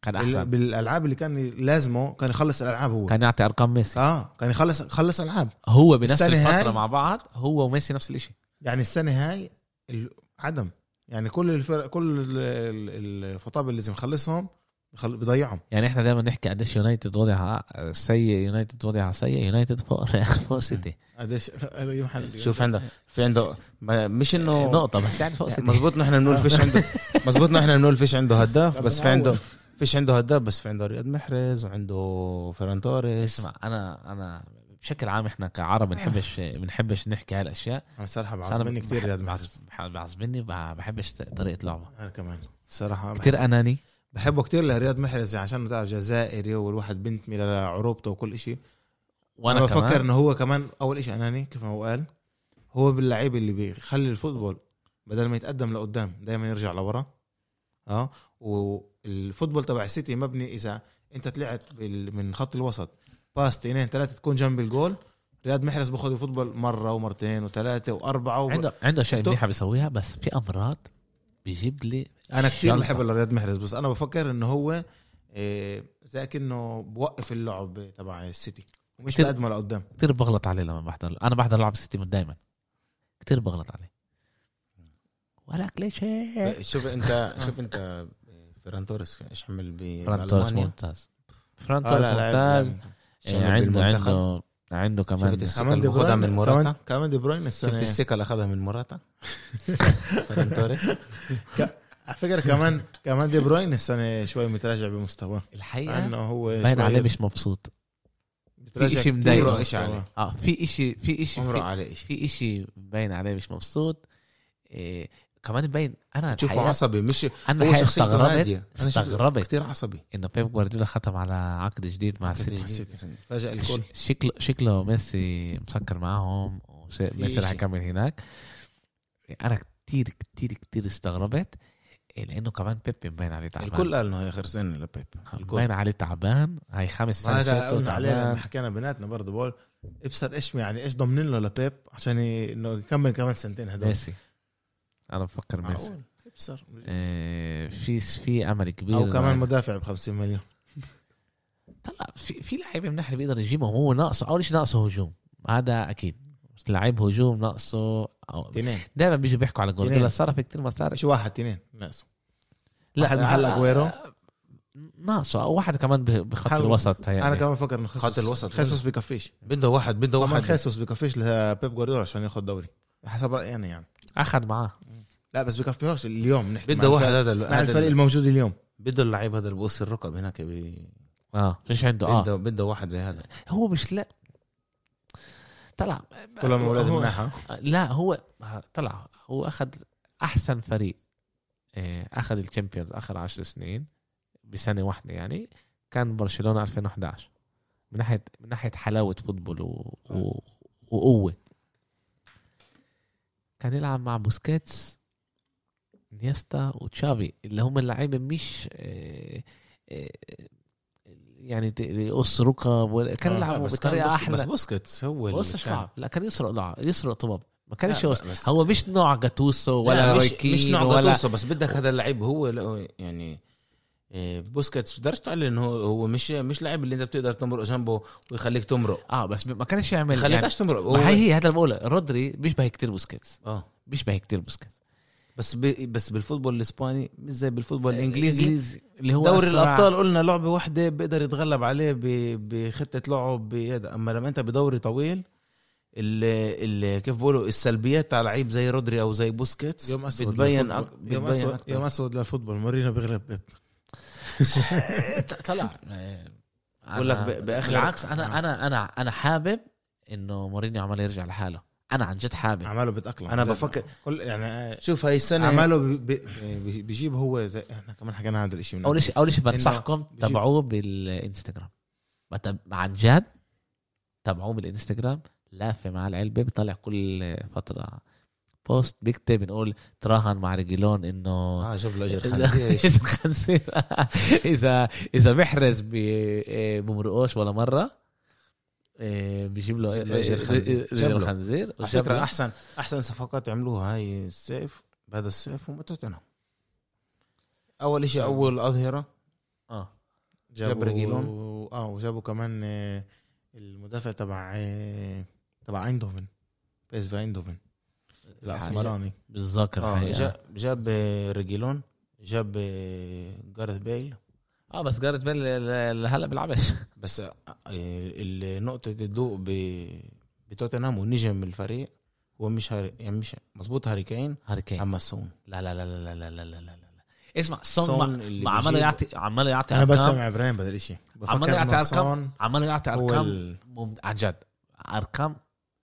كان احسن بالالعاب اللي كان لازمه، كان يخلص الالعاب، هو كان يعطي ارقام ميسي. اه كان يخلص خلص العاب هو بنفس الفتره مع بعض، هو وميسي نفس الاشي. يعني السنه هاي عدم، يعني كل الفرق كل الفطاب اللي لازم يخلصهم بيضيعهم. يعني احنا دائما نحكي قديش يونايتد وضعها سيء، يونايتد وضعها سيء، يونايتد فوق فوق سيتي. قديش شوف عنده في عنده مش انه نقطه بس يعني فوق سيتي. مزبوط نحن بنقول فيش عنده مزبوط نحن بنقول فيش عنده هداف، بس في عنده فيش عنده هداف بس في عنده رياض محرز وعنده فيران توريس. اسمع انا انا بشكل عام احنا كعرب بنحبش بنحبش نحكي هالاشياء. انا صراحه بعصبني كثير رياض محرز، بعصبني بحبش طريقه لعبه. انا كمان الصراحه كثير اناني، بحبه كتير لرياض محرز عشان بتعرف جزائري والواحد بنتمي لعروبته وكل إشي. وانا بفكر انه هو كمان اول إشي اناني كيف ما هو قال، هو باللعيب اللي بيخلي الفوتبول بدل ما يتقدم لقدام دايما يرجع لورا. اه والفوتبول تبع السيتي مبني اذا انت طلعت من خط الوسط باس اثنين ثلاثه تكون جنب الجول. رياض محرز باخذ الفوتبول مره ومرتين وثلاثه واربعه و... عنده عنده شيء منيحه بيسويها، بس في امراض بيجيب لي. انا كتير بحب رياض محرز، بس انا بفكر انه هو إيه زي كأنه بوقف اللعب تبع السيتي ومش بقدمه لقدام. كتير بغلط عليه لما بحضر، انا بحضر لعب السيتي من دايما كتير بغلط عليه. ولك ليش هيك؟ شوف انت شوف انت فيران توريس ايش عمل ب فران توريس ممتاز، فران توريس ممتاز. عنده عنده عنده كمان كمان دي بروين من موراتا، كمان دي بروين السنه شفت السكه اللي اخذها من موراتا فران توريس. على فكرة كمان كمان دي بروين السنة شوي متراجع بمستواه الحقيقة، انه هو باين عليه مش مبسوط، في إشي مضايقه إشي عليه. اه في إشي في إشي عمره عليه إشي في إشي باين عليه مش مبسوط. إيه كمان باين انا تشوفه عصبي، مش انا هو استغربت استغربت كتير عصبي انه بيب جوارديولا ختم على عقد جديد مع السيتي. فاجأ الكل. شكله شكله ميسي مسكر معهم وميسي راح يكمل هناك. انا كتير كتير كتير استغربت لانه كمان بيب مبين عليه تعبان. الكل قال انه هي اخر سنه لبيب، مبين عليه تعبان. هاي خمس سنوات تعبان. حكينا بيناتنا برضه بقول ابصر ايش يعني ايش ضمنين له لبيب عشان انه يكمل كمان سنتين هدول. ميسي انا بفكر ميسي ابصر آه في في امل كبير، او كمان مدافع ب خمسين مليون. طلع في في لعيبه من ناحيه بيقدر يجيبهم. هو ناقصه اول شيء ناقصه هجوم، هذا اكيد لعيب هجوم ناقصه. تنين دائما بيجوا بيحكوا على جوارديولا صرف كتير مصاري، مش واحد تنين ناقصه. لا واحد محل اجويرو ناقصه، او واحد كمان بخط الوسط. يعني انا كمان بفكر انه خط الوسط خيسوس بيكفيش، بده واحد بده واحد خيسوس بيكفيش لبيب جوارديولا عشان ياخذ دوري حسب رايي انا. يعني اخذ معاه لا بس بكفيهوش اليوم. نحكي بده واحد هذا مع الفريق الموجود اليوم. بده اللعيب هذا اللي بقص الركب هناك بي... اه فيش عنده اه بده بده واحد زي هذا. هو مش لا طلع كلهم اولاد مناحه. لا هو طلع هو اخذ احسن فريق، اخذ الشامبيونز اخر عشر سنين بسنه واحده. يعني كان برشلونه ألفين وإحدى عشر من ناحيه من ناحيه حلاوه فوتبول و... و... وقوه. كان يلعب مع بوسكيتس نيستا وتشافي اللي هم اللعيبه مش يعني يقص ركب. كان يلعبوا بطريقه احلى. بس بوسكيتس هو اللي كان لا كان يسرق لا يسرق طباب. ما كانش هو مش نوع جاتوسو ولا رويكين مش نوع ولا جاتوسو. بس بدك هذا اللعيب هو يعني بوسكيتس قدرش تعلن انه هو مش مش لاعب اللي انت بتقدر تمرق جنبه ويخليك تمرق. اه بس ما كانش يعمل خليكش يعني تمرق. هو هي هذا اللي بقوله. رودري بيشبه كتير بوسكيتس. اه بيشبه كتير بوسكيتس. بس ب... بس بالفوتبول الاسباني مش زي بالفوتبول الانجليزي اللي هو دوري الابطال. قلنا لعبه واحده بيقدر يتغلب عليه ب... بخطه لعب بيدا. اما لما انت بدوري طويل اللي, اللي كيف بقولوا السلبيات على لعيب زي رودري او زي بوسكيتس بتبين أك... يوم اسود يوم اسود للفوتبول. مورينو بيغلب بيب طلع بقول لك باخر بالعكس. انا انا انا انا حابب انه مورينيو عمال يرجع لحاله. انا عن جد حابب عماله بتأقلم. انا بفكر كل يعني شوف هاي السنه عماله بي بي بيجيب هو زي احنا كمان حكينا هذا الشيء. اول شيء اول شيء بنصحكم تابعوه بالانستغرام. عن جد تابعوه بالانستغرام. لافه مع العلبه بيطلع كل فتره بوست بيكتب بنقول تراهن مع رجلون انه اه شوف له اجر خنزير. اذا اذا بيحرز بمرقوش ولا مره بيجيب له اجر خنزير. على فكره احسن احسن صفقات عملوها هاي الصيف بهذا الصيف هم توتنهام. اول شيء اول اظهره اه جاب ريجيلون. اه وجابوا كمان آه المدافع تبع آه تبع ايندوفن بيس في ايندوفن الاسمراني بالذكر. آه جاب, جاب ريجيلون، جاب جارث بيل. اه بس جارث بيل هلا بيلعبش. بس النقطة الضوء بتوتنهام ونجم الفريق هو مش هاري يعني مش مظبوط هاري كين هاري كين اما سون. لا لا لا لا لا لا لا لا اسمع سون عمال يعطي عمال يعطي انا بسمع ابراهيم بدل شيء عمال يعطي ارقام عمال يعطي ارقام ال... عن جد ارقام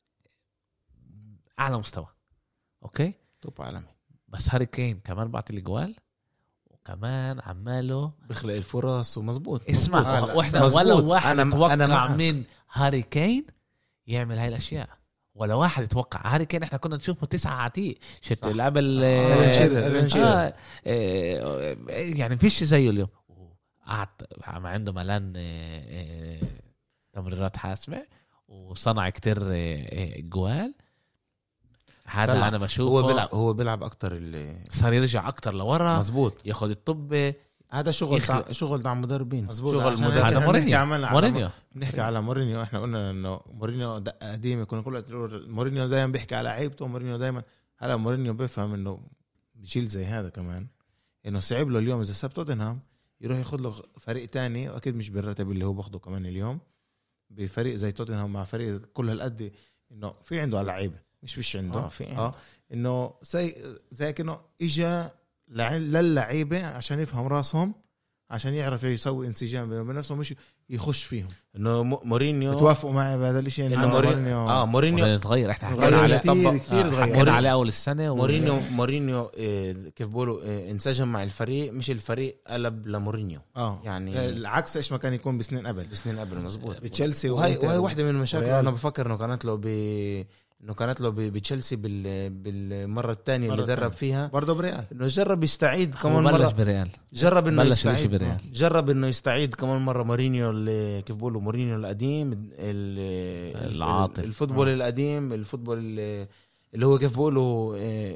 اعلى مستوى. اوكي توب عالمي. بس هاري كين كمان بعطي الاجوال وكمان عماله بيخلق الفرص ومظبوط. اسمع واحنا ولا واحد اتوقع أنا من هاري كين يعمل هاي الاشياء ولا واحد يتوقع. هاري كين احنا كنا نشوفه تسعة عتيق شفت لعب ال آه آه يعني فيش زيه اليوم. قعد عنده ملان آه تمريرات حاسمة وصنع كتير آه جوال. هذا انا بشوفه هو بيلعب هو بيلعب اكتر اللي صار يرجع اكتر لورا مظبوط ياخد الطب. هذا شغل يخلق... شغل دعم مدربين مظبوط. شغل مدرب. هذا مورينيو مورينيو بنحكي على مورينيو. احنا قلنا انه مورينيو دقه قديمه كنا كل وقت مورينيو دايما بيحكي على عيبته. مورينيو دايما هلا مورينيو بيفهم انه بيشيل زي هذا كمان انه صعب له اليوم اذا ساب توتنهام يروح ياخذ له فريق تاني واكيد مش بالراتب اللي هو باخده كمان اليوم بفريق زي توتنهام مع فريق كل هالقد انه في عنده لعيبه مش فيش عنده اه, في آه. انه زي زي كأنه اجى للعيبه عشان يفهم راسهم عشان يعرف يسوي انسجام بين نفسهم مش يخش فيهم. انه مورينيو توافقوا معي بهذا الشيء انه مورينيو اه مورينيو تغير. احنا حكينا عليه كثير كثير تغير عليه اول السنه مورينيو و... مورينيو إيه كيف بقولوا إيه انسجم مع الفريق مش الفريق قلب لمورينيو. اه يعني العكس ايش ما كان يكون بسنين قبل بسنين قبل مظبوط بتشيلسي. وهي وهي واحده من المشاكل. انا بفكر انه كانت له ب انه كانت له بتشيلسي بال بالمره الثانيه اللي درب فيها برضه بريال انه جرب يستعيد كمان مره بريال. جرب انه يستعيد جرب انه يستعيد كمان مره مورينيو اللي كيف بيقولوا مورينيو القديم العاطل الفوتبول آه. القديم الفوتبول اللي, اللي هو كيف بيقولوا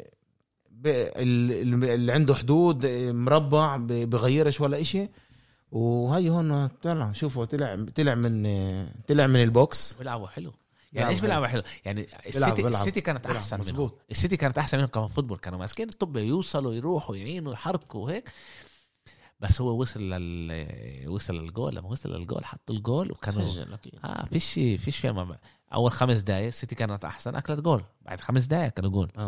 اللي عنده حدود مربع بغيرش ولا إشي. وهي هون طلع شوفوا طلع طلع من طلع من البوكس بيلعبوا حلو. يعني ايش بيلعبوا حلو يعني السيتي السيتي كانت احسن منهم. السيتي كانت احسن منهم كمان فوتبول. كانوا ماسكين الطب يوصلوا يروحوا يعينوا يحركوا وهيك. بس هو وصل لل وصل للجول. لما وصل للجول حطوا الجول وكانوا اه فيش فيش فيها. اول خمس دقايق السيتي كانت احسن اكلت جول. بعد خمس دقايق كانوا جول اه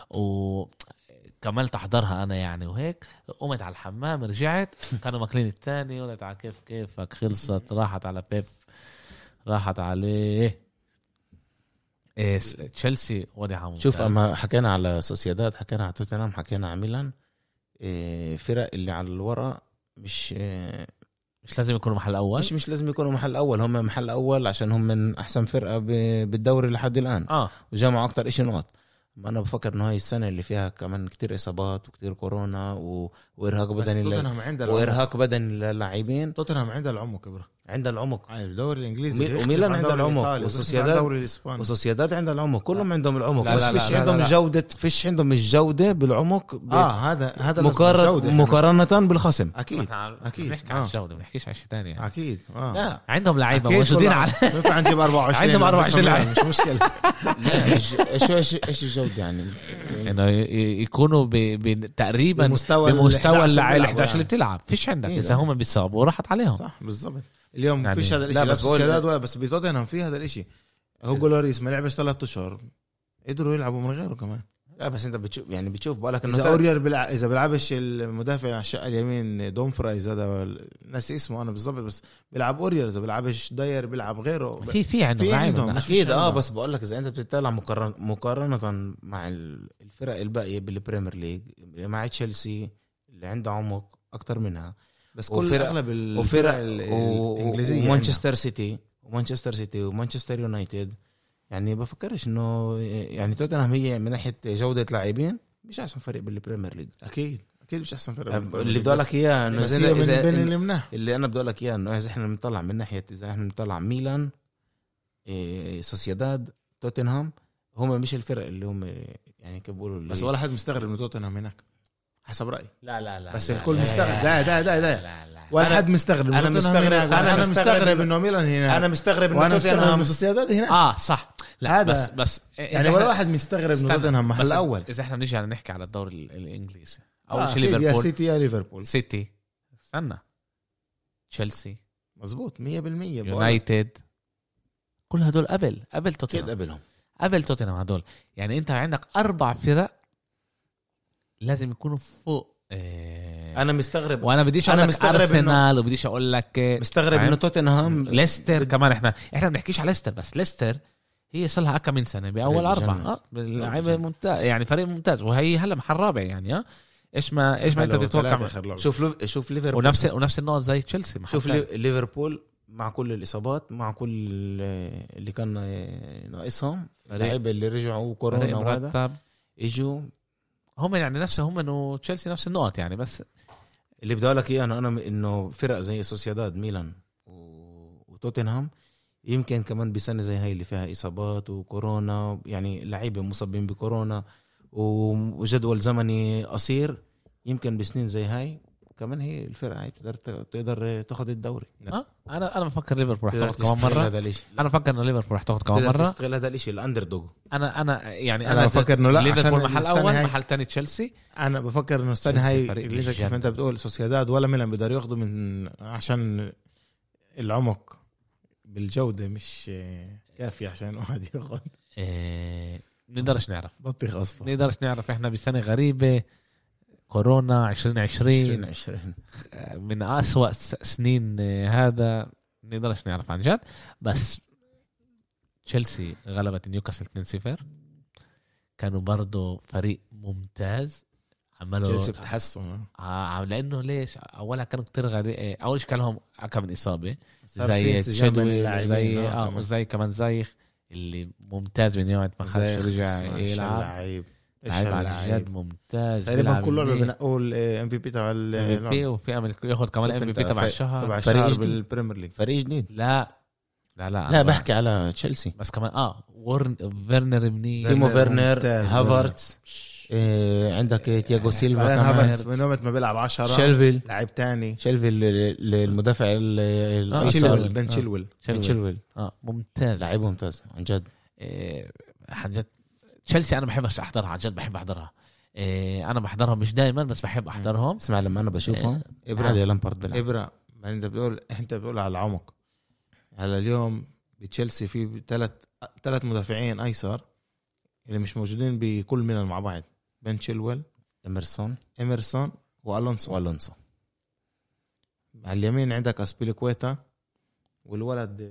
وكملت احضرها انا يعني وهيك. قمت على الحمام رجعت كانوا ماكلين الثاني. قلت على كيف كيفك خلصت. راحت على بيب راحت عليه إيه تشيلسي ودي عمود. شوف اما حكينا على سوسيداد حكينا على توتنهام حكينا على ميلان. إيه فرق اللي على الورق مش إيه مش لازم يكونوا محل اول. مش مش لازم يكونوا محل اول. هم محل اول عشان هم من احسن فرقه بالدوري لحد الان اه وجمعوا اكتر إشي نقط. ما انا بفكر انه هاي السنه اللي فيها كمان كتير اصابات وكتير كورونا و... وارهاق بدني لل... وارهاق بدني للاعبين. توتنهام عندها العمق كبره عندها العمق الدوري الانجليزي ومي... وميلان عندها العمق وسوسيداد وسوسيداد عندها العمق. كلهم عندهم العمق لا بس لا فيش لا عندهم لا لا. الجوده فيش عندهم الجوده بالعمق ب... اه هذا هذا مقارنه مقارنه بالخصم. اكيد اكيد بنحكي عن الجوده ما نحكيش عن شيء ثاني يعني. اكيد اه لا عندهم لعيبه موجودين على ينفع نجيب أربعة وعشرين عندهم أربعة وعشرين لاعب مش مشكله. ايش ايش ايش الجوده يعني انه يكونوا تقريبا بمستوى بمستوى اللاعب الحداشر اللي بتلعب. فيش عندك اذا هم بيصابوا راحت عليهم. صح بالضبط. اليوم يعني فيش هذا الشيء. لا بس بقول بس بتوتنهام في هذا الشيء. هو جولوريس ما لعبش ثلاثة اشهر قدروا يلعبوا من غيره كمان. لا بس انت بتشوف يعني بتشوف بالك انه اذا اورير بلع... اذا بيلعبش المدافع على الشقه اليمين دومفرايز هذا ناسي اسمه انا بالضبط بس بيلعب اورير. اذا بيلعبش داير بيلعب غيره في في عندهم, عندهم. اكيد اه بس بقول لك اذا انت بتطلع مقارنه مقارنه مع الفرق الباقيه بالبريمير ليج مع تشيلسي اللي عنده عمق اكتر منها. بس كل اغلب الفرق الانجليزيه ومانشستر سيتي ومانشستر سيتي ومانشستر يونايتد يعني بفكرش انه يعني توتنهام هي من ناحيه جوده لاعبين مش احسن فريق بالبريمير ليج. اكيد اكيد مش احسن فريق اللي بدي لك اياه انه زي إذا اللي منح اللي انا بدي لك اياه انه اذا احنا بنطلع من ناحيه اذا احنا بنطلع ميلان إيه سوسيداد توتنهام هم مش الفرق اللي هم يعني كيف بيقولوا. بس ولا حد مستغرب من توتنهام هناك حسب رايي. لا لا لا بس لا الكل لا مستغرب. لا لا لا لا لا لا واحد مستغرب انا مستغرب انا مستغرب انه ميلان هنا انا مستغرب انه توتنهام سوسيداد هنا اه صح لا هذا بس بس يعني ولا واحد مستغرب انه توتنهام محل الاول. اذا احنا بنيجي نحكي على الدوري الانجليزي اول آه شيء ليفربول يا سيتي يا ليفربول سيتي استنى تشيلسي مزبوط مية بالمية يونايتد كل هدول قبل قبل توتنهام قبلهم قبل توتنهام هدول يعني انت عندك اربع فرق لازم يكونوا فوق إيه. انا مستغرب وانا بديش اقول لك ارسنال وبديش اقول لك مستغرب انه توتنهام ليستر بد... كمان احنا احنا بنحكيش على ليستر بس ليستر هي صار لها اكثر من سنه باول اربعه اه لعيبه ممتاز يعني فريق ممتاز وهي هلا محل رابع يعني اه ايش ما ايش ما انت تتوقع شوف لو... شوف ليفربول ونفس ونفس النقط زي تشيلسي شوف لي... ليفربول مع كل الاصابات مع كل اللي كان ناقصهم اللعيبه اللي رجعوا كورونا وهذا اجوا هم يعني نفسهم انه تشيلسي نفس النقط يعني بس اللي بدي اقول لك اياه انا انا انه فرق زي سوسيداد ميلان وتوتنهام يمكن كمان بسنه زي هاي اللي فيها اصابات وكورونا يعني لعيبه مصابين بكورونا وجدول زمني قصير يمكن بسنين زي هاي كمان هي الفرقه هاي تقدر تقدر تاخذ الدوري. اه انا انا بفكر ليفربول رح تاخذ كمان مره انا بفكر انه ليفربول رح تاخذ كمان مره تستغل هذا الشيء الاندر دوغ انا انا يعني انا, أنا بفكر انه لا ليفربول محل اول محل ثاني تشيلسي انا بفكر انه السنه هاي اللي كيف انت بتقول سوسيداد ولا ميلان بيقدروا ياخذوا من عشان العمق بالجوده مش كافي عشان واحد ياخذ إيه... نقدرش نعرف بطيخ اصفر نقدرش نعرف احنا بسنه غريبه كورونا عشرين عشرين من أسوأ سنين هذا نقدرش نعرف عن جد بس تشيلسي غلبت نيوكاسل اثنين صفر كانوا برضو فريق ممتاز عملوا تشيلسي بتحسن آه لأنه ليش أولها كانوا كتير غريب أول شيء كان لهم كم من إصابة زي تشدوي زي آه زي كمان زيخ اللي ممتاز من يوم ما خرج رجع يلعب لعيب على جد ممتاز تقريبا كله بنقول ام في بي تبع ام في وفي عمل ياخذ كمان ام في بي تبع الشهر تبع الشهر بالبريمير ليج فريق جديد لا لا لا لا بحكي على تشيلسي بس كمان اه ورن فيرنر مني تيمو فيرنر هافرتز إيه عندك تياغو سيلفا كمان من يوم ما بيلعب عشرة شيلفيل لاعب تاني شيلفيل المدافع الايسر بن تشيلويل بن تشيلويل اه ممتاز لاعب ممتاز عن جد إيه عن جد تشيلسي انا بحبش احضرها عن جد بحب احضرها إيه انا بحضرهم مش دائما بس بحب احضرهم اسمع لما انا بشوفهم إيه ابره يا لامبارد بيلعب ابره ما انت بتقول انت بتقول على العمق هلا اليوم بتشيلسي في ثلاث ثلاث مدافعين ايسر اللي مش موجودين بكل ميلان مع بعض بن تشيلويل اميرسون اميرسون والونسو والونسو على اليمين عندك اسبيليكويتا والولد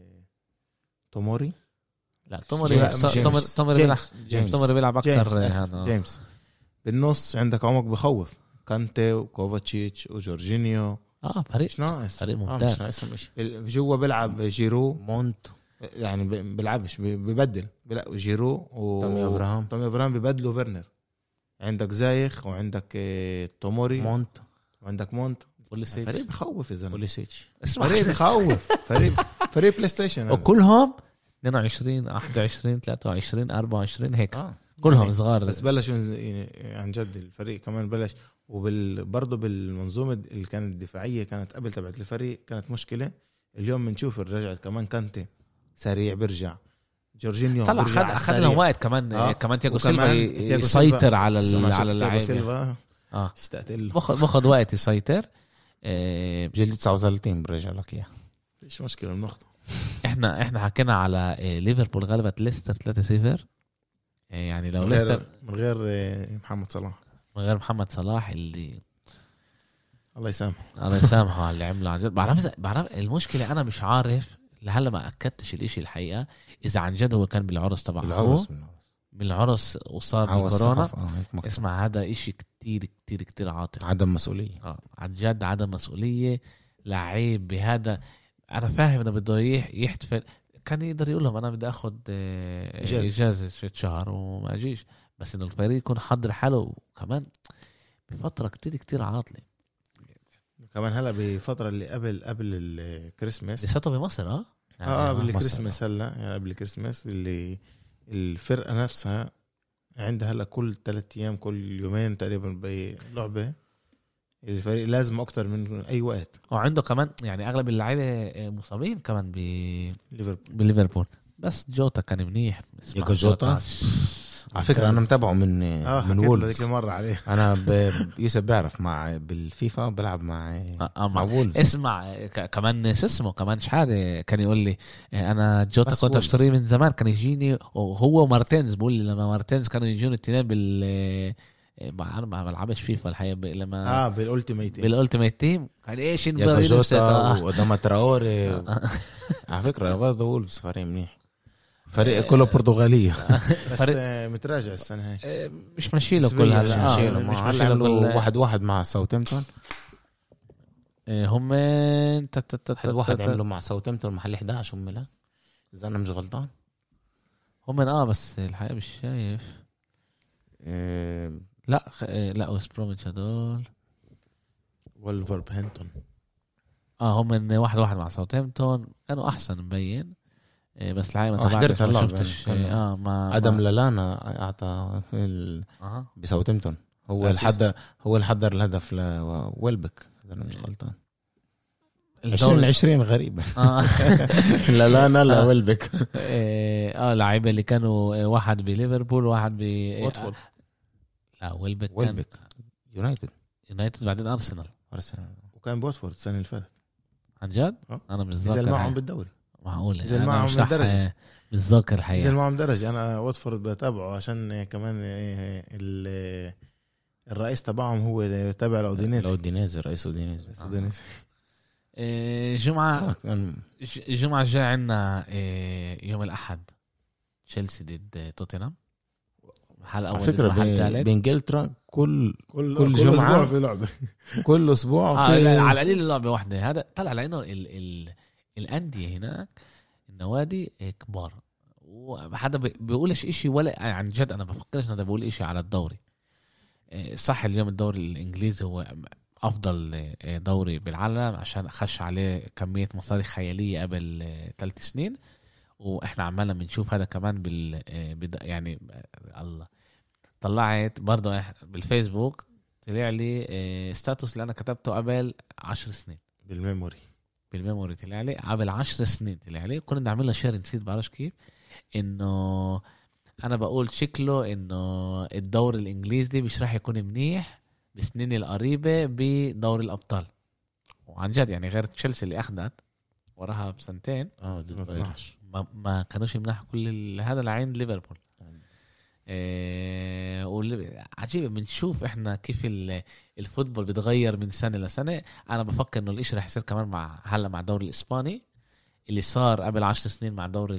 توموري لا توموري توموري توموري بيلعب توموري بيلعب اكثر هذا جيمس بالنص عندك عمق بخوف كانتي وكوفاتشيتش وجورجينيو اه فريق ناقص فريق ممتاز آه مش جوا بيلعب جيرو مونت يعني بيلعبش ببدل بيلعب جيرو وتومي ابراهام تومي ابراهام ببدلوا فيرنر عندك زايخ وعندك توموري مونت وعندك مونت بوليسيتش فريق بخوف يا زلمه بوليسيتش فريق بخوف فريق فريق بلاي ستيشن وكلهم اثنين وعشرين واحد وعشرين ثلاثة وعشرين أربعة وعشرين هيك آه. كلهم يعني صغار بس بلشوا عن جد الفريق كمان بلش وبال برضه بالمنظومه اللي كانت الدفاعيه كانت قبل تبعت الفريق كانت مشكله اليوم بنشوف الرجعت كمان كانتي سريع برجع جورجينيو طلع خد اخذ لهم وقت كمان آه. كمان تياغو سيلفا يسيطر على على اللعيبه اه اشتقت له باخذ باخذ وقت يسيطر آه بجلد تسعة وثلاثين برجع لك اياه مفيش مشكله بناخده احنا احنا حكينا على ليفربول غلبت ليستر ثلاثة صفر يعني لو من ليستر غير من غير محمد صلاح من غير محمد صلاح اللي الله يسامحه الله يسامحه على اللي عمله عن جد بعرف بعرف المشكله انا مش عارف لهلا ما اكدتش الاشي الحقيقه اذا عن جد هو كان بالعرس تبع بالعرس من العرس وصار بالكورونا آه اسمع هذا اشي كتير كتير كتير عاطل عدم مسؤوليه اه عن جد عدم مسؤوليه لعيب بهذا انا فاهم انه بده يحتفل كان يقدر يقول لهم انا بدي اخذ اجازه ست شهر وما اجيش بس انه الفريق يكون حضر حاله كمان بفتره كتير كتير عاطله كمان هلا بفتره اللي قبل قبل الكريسماس لساته بمصر اه يعني اه قبل الكريسماس هلا يعني قبل الكريسماس اللي الفرقه نفسها عندها هلا كل ثلاث ايام كل يومين تقريبا بلعبه الفريق لازم اكتر من اي وقت. وعنده كمان يعني اغلب اللعيبه مصابين كمان ب ليفربول بليفربول، بس جوتا كان منيح. ياكو جوتا على فكره انا متابعه من آه من وولفز مره عليه. انا ب... يوسف بيعرف مع بالفيفا بلعب مع آه مع, مع وولفز. اسمع ك... كمان شو اسمه كمان شحاده كان يقول لي انا جوتا كنت وولفز. اشتريه من زمان، كان يجيني وهو مارتينز. بقول لي لما مارتينز كانوا يجون الاثنين بال انا ما بلعبش فيفا الحقيقه لما اه بالالتيميت بالالتيميت تيم كان ايش ياكو جوتا وداما تراوري على فكره برضه وولفز فريق منيح، فريق كله برتغاليه بس متراجع السنه هاي مش ماشي له كل هلا مش ماشي له كل واحد واحد مع ساوثهامبتون. هم واحد واحد عملوا مع ساوثهامبتون محل إحدى عشر هم لا اذا انا مش غلطان. هم اه بس الحقيقه مش شايف إيه لا خ... لا ويست بروميتش هدول وولفرهامبتون اه هم واحد واحد مع ساوثهامبتون كانوا احسن مبين. بس الحقيقه ما تابعتش ما شفتش اه ما ادم ما... لالانا اعطى ال... آه. بساوثهامبتون هو الحضر هو الحضر الهدف لويلبك اذا انا مش غلطان. عشرين عشرين غريبة آه. لالانا لا ويلبك اه لعيبه اللي كانوا واحد بليفربول واحد ب واتفورد لا ويلبك ويلبك يونايتد يونايتد بعدين ارسنال ارسنال وكان بواتفورد السنه اللي فاتت عن جد. أه؟ انا مش نزل معهم بالدوري معقول نزل معهم من درجه مش ذاكر الحقيقه نزل معهم درجه. انا واتفورد بتابعه عشان كمان الرئيس تبعهم هو تابع لاودينيز اودينيز رئيس اودينيز اودينيز جمعه الجمعه الجايه عندنا يوم الاحد تشيلسي ضد توتنهام محل اول فكرة محل ثالث بانجلترا كل كل, كل كل جمعة اسبوع في لعبة كل اسبوع آه في على القليل لعبة واحدة. هذا طلع لانه ال ال الاندية هناك النوادي كبار وحدا بيقولش اشي ولا عن جد. انا بفكرش انه بقول اشي على الدوري صح. اليوم الدوري الانجليزي هو افضل دوري بالعالم عشان خش عليه كمية مصاري خيالية قبل ثلاث سنين، واحنا عمالنا بنشوف هذا كمان بال يعني الله طلعت برضه بالفيسبوك طلع لي ستاتوس اللي انا كتبته قبل عشر سنين بالميموري بالميموري طلع لي قبل عشر سنين طلع لي كنا نعمل له شير نسيت بعرفش كيف انه انا بقول شكله انه الدوري الانجليزي مش راح يكون منيح بسنين القريبة بدوري الابطال. وعن جد يعني غير تشيلسي اللي اخذت وراها بسنتين اه ما, ما كانوش يمنحوا كل هذا لعين ليفربول. إيه عجيب بنشوف احنا كيف الفوتبول بيتغير من سنة لسنة. انا بفكر انه الاشي رح يصير كمان مع هلا مع الدوري الاسباني اللي صار قبل عشر سنين مع الدوري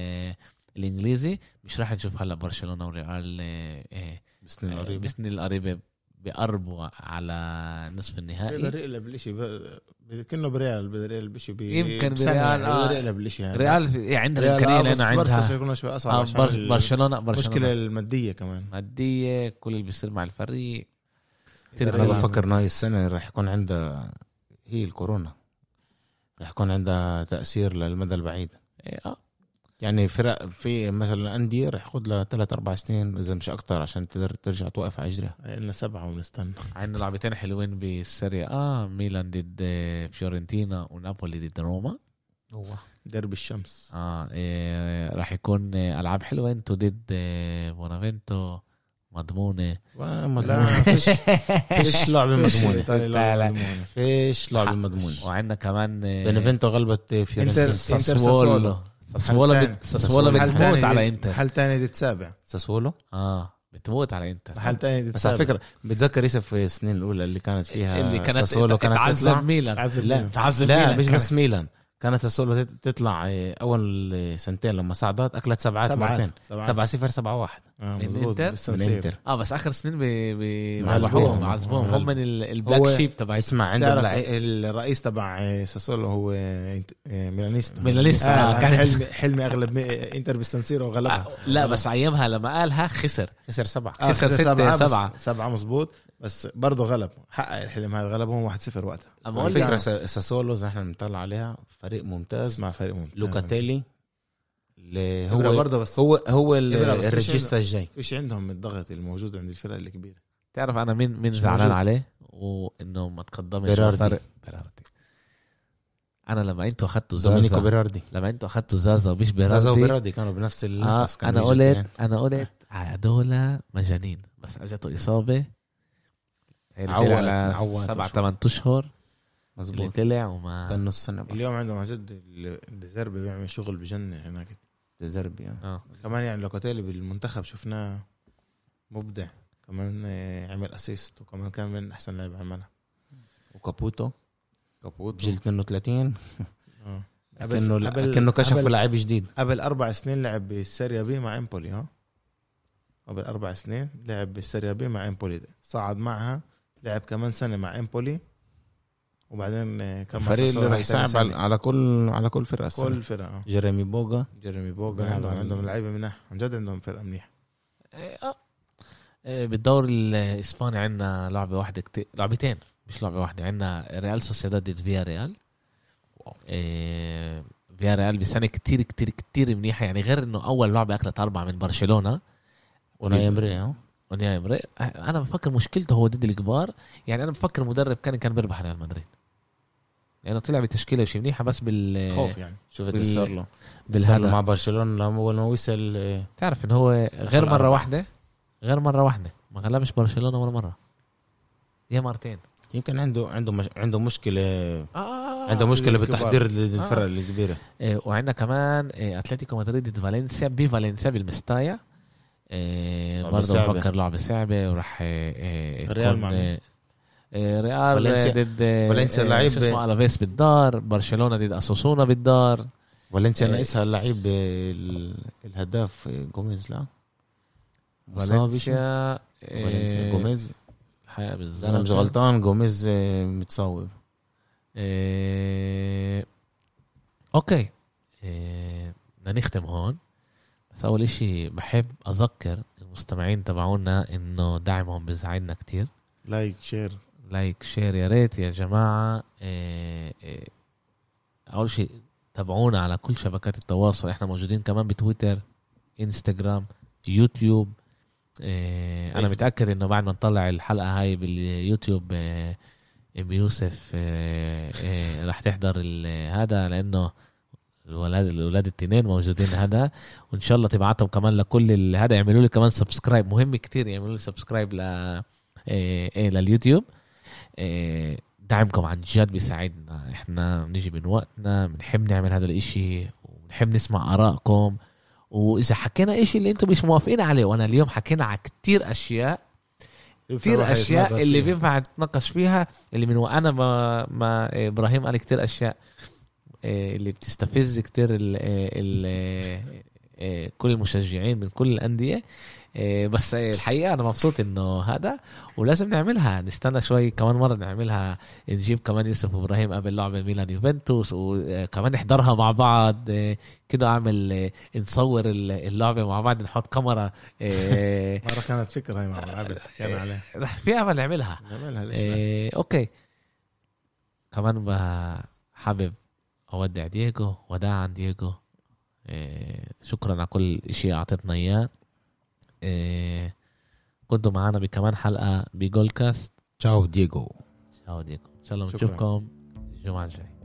الانجليزي. مش راح نشوف هلا برشلونة وريال إيه بسنين القريبة بسنين القريبة بيقربوا على نصف النهائي. بيقدر يقلب الاشي كأنه بريال بيقدر يقلب الاشي يمكن بريال بيقدر يقلب الاشي يعني ريال عندها الامكانيه لانه عندها يكون شوي اصعب آه عشان برشلونه برشلونه المشكله الماديه كمان ماديه كل اللي بيصير مع الفريق. انا بفكر انه هاي السنه راح يكون عندها هي الكورونا راح يكون عندها تاثير للمدى البعيد. اه يعني فرق في مثلا أندية رح ياخد لها ثلاث أربع سنين إذا مش أكتر عشان تقدر ترجع توقف على إجرها. لنا سبعة ونستنى. عندنا لعبتين حلوين بالسيريا آه ميلان ضد فيورنتينا ونابولي ضد روما. هو درب الشمس. آه إيه راح يكون ألعاب حلوة. أنتوا ضد بونافنتو مضمونة. لا فيش فيش لعبة مضمونة. فيش لعبة مضمونة. وعندنا كمان بونافنتو غلبت فيورنتينا. ساسولو ساسولو ساسولو بتموت على انتر. محل تاني تتسابع ساسولو اه بتموت على انتر. محل تاني بس على فكرة بتذكر يوسف في السنين الأولى اللي كانت فيها اللي كانت ساسولو كانت تعذب ميلان. لا تعذب لا مش بس ميلان كانت ساسولو تطلع أول سنتين لما صعدت أكلت سبعات مرتين سبعة صفر سبعة واحد آه من انتر من انتر. اه بس آخر سنين بعذبوهم بعذبوهم هم من البلاك شيب تبع. اسمع عندهم الرئيس تبع ساسولو هو ميلانيستا ميلانيستا آه كان حلمي حلمي أغلب انتر بالسانسيرو وغلبها. آه لا بس أيامها لما قالها خسر خسر سبعة آه خسر ستة سبعة سبعة مظبوط بس برضه غلب حقق الحلم هذا غلبهم واحد صفر وقتها. على فكرة ساسولو زي احنا بنطلع عليها فريق ممتاز مع فريق ممتاز. لوكاتيلي اللي هو برضه بس هو هو الريجيستا الجاي. فيش عندهم الضغط الموجود عند الفرق الكبيرة. تعرف أنا مين مين زعلان عليه وانه ما تقدمش بيراردي. بيراردي. انا لما انتوا اخذتوا دومينيكو زازا بيراردي لما انتوا اخذتوا زازا ومش زازا بيراردي وبيراردي كانوا بنفس النفس. آه كانوا انا قلت يعني. انا قلت هدول مجانين، بس اجته اصابه عوض على عوض سبعة ثمان اشهر اللي مظبوط طلع وما كان نص سنه بقى. اليوم عندهم عن جد الديزيربي بيعمل شغل بجنن هناك ديزيربي يعني. اه كمان يعني لوكاتيلي بالمنتخب شفناه مبدع كمان، آه، عمل اسيست وكمان كان من احسن لاعب عملها. وكابوتو كابوت بجيل اثنين وثلاثين اه كأنه قبل- كأنه كشفوا قبل- لاعب جديد. قبل اربع سنين لعب بالسيريا بي مع امبولي. ها قبل اربع سنين لعب بالسيريا بي مع امبولي، صعد معها لعب كمان سنه مع امبولي، وبعدين آه، كان مع الفريق اللي ساسولو راح هاي تاني يصعب على, سنة. على كل على كل فرقه السنة. كل فرقه آه. جيريمي بوغا جيريمي بوغا بيلعب عندهم على- عندهم لعيبه منيح عن جد، عندهم فرقه منيح. آه. آه، بالدوري الاسباني عندنا لعبه واحده كتير، لعبتين مش لعبه واحده. عندنا ريال سوسيداد ضد فيا ريال. آه، فيا ريال بسنه كتير كتير كتير منيحه، يعني غير انه اول لعبه اكلت اربعه من برشلونه وناي امري. ها ونيا امري. انا بفكر مشكلته هو ضد الكبار، يعني انا بفكر المدرب كان كان بيربح ريال مدريد لانه يعني طلع بتشكيله شيء منيحه، بس بال خوف يعني. شفت بال- اللي صار له بالهذا مع برشلونه لما اول ما وصل. آه، تعرف انه هو غير مره أربعة. واحده غير مره واحده ما غلبش برشلونه ولا مره، يا مرتين. يمكن عنده عنده مش عنده مشكله آه عنده مشكله الكبار. بالتحضير للفرق الكبيره. إيه، وعندنا كمان إيه، اتلتيكو مدريد ضد فالنسيا بفالنسيا بالمستايا. إيه، لعبة برضه صعبة. بفكر لعبة صعبة وراح إيه، إيه، ريال تكون، مع مين؟ إيه، إيه، ريال فالنسيا- ضد فالنسيا إيه، لعيب- شو اسمه ألافيس بالدار، برشلونة ضد أساسونا بالدار. فالنسيا إيه. ناقصها اللعيب ال- الهداف جوميز. لا مصاب فالنسيا فالنسيا إيه، جوميز. الحقيقة بالظبط. انا مش غلطان جوميز آه، متصاوب. إيه، اوكي. إيه، بدنا نختم هون، بس اول اشي بحب اذكر المستمعين تبعونا انه دعمهم بيساعدنا كتير. لايك شير لايك شير يا ريت يا جماعة. إيه إيه، اول شيء تابعونا على كل شبكات التواصل، احنا موجودين كمان بتويتر، انستغرام، يوتيوب. إيه، انا فيسبوك. متأكد انه بعد ما نطلع الحلقة هاي باليوتيوب إيه، ام يوسف إيه إيه رح تحضر ال- هذا، لانه الولاد الولاد التنين موجودين هذا، وان شاء الله تبعتهم كمان لكل ال- هذا يعملوا لي كمان سبسكرايب، مهم كتير يعملوا لي سبسكرايب ل إيه إيه لليوتيوب. إيه، دعمكم عن جد بيساعدنا، احنا بنيجي من وقتنا، بنحب نعمل هذا الاشي وبنحب نسمع آرائكم، واذا حكينا اشي اللي انتم مش موافقين عليه، وانا اليوم حكينا على كتير اشياء كتير اشياء اللي بينفع نتناقش فيها، اللي من وانا ما, ما ابراهيم قال كتير اشياء إيه، اللي بتستفز كتير ال ال إيه، كل المشجعين من كل الانديه. إيه، بس الحقيقه انا مبسوط انه هذا، ولازم نعملها، نستنى شوي كمان مره نعملها، نجيب كمان يوسف وابراهيم قبل لعبه ميلان يوفنتوس، وكمان نحضرها مع بعض. إيه، كده اعمل إيه، نصور اللعبه مع بعض، نحط كاميرا. إيه، مرة كانت فكرة هاي مع العابد حكينا عليها رح في امل نعملها. نعملها ليش لا؟ إيه، اوكي. كمان حابب اودع دييغو، وداعا دييغو. إيه، شكرا على كل شيء اعطيتنا اياه. إيه، كنتوا معنا بكمان حلقة بجول كاست. تشاو دييغو. تشاو دييغو، ان شاء الله شكراً. بنشوفكم الجمعة الجاية.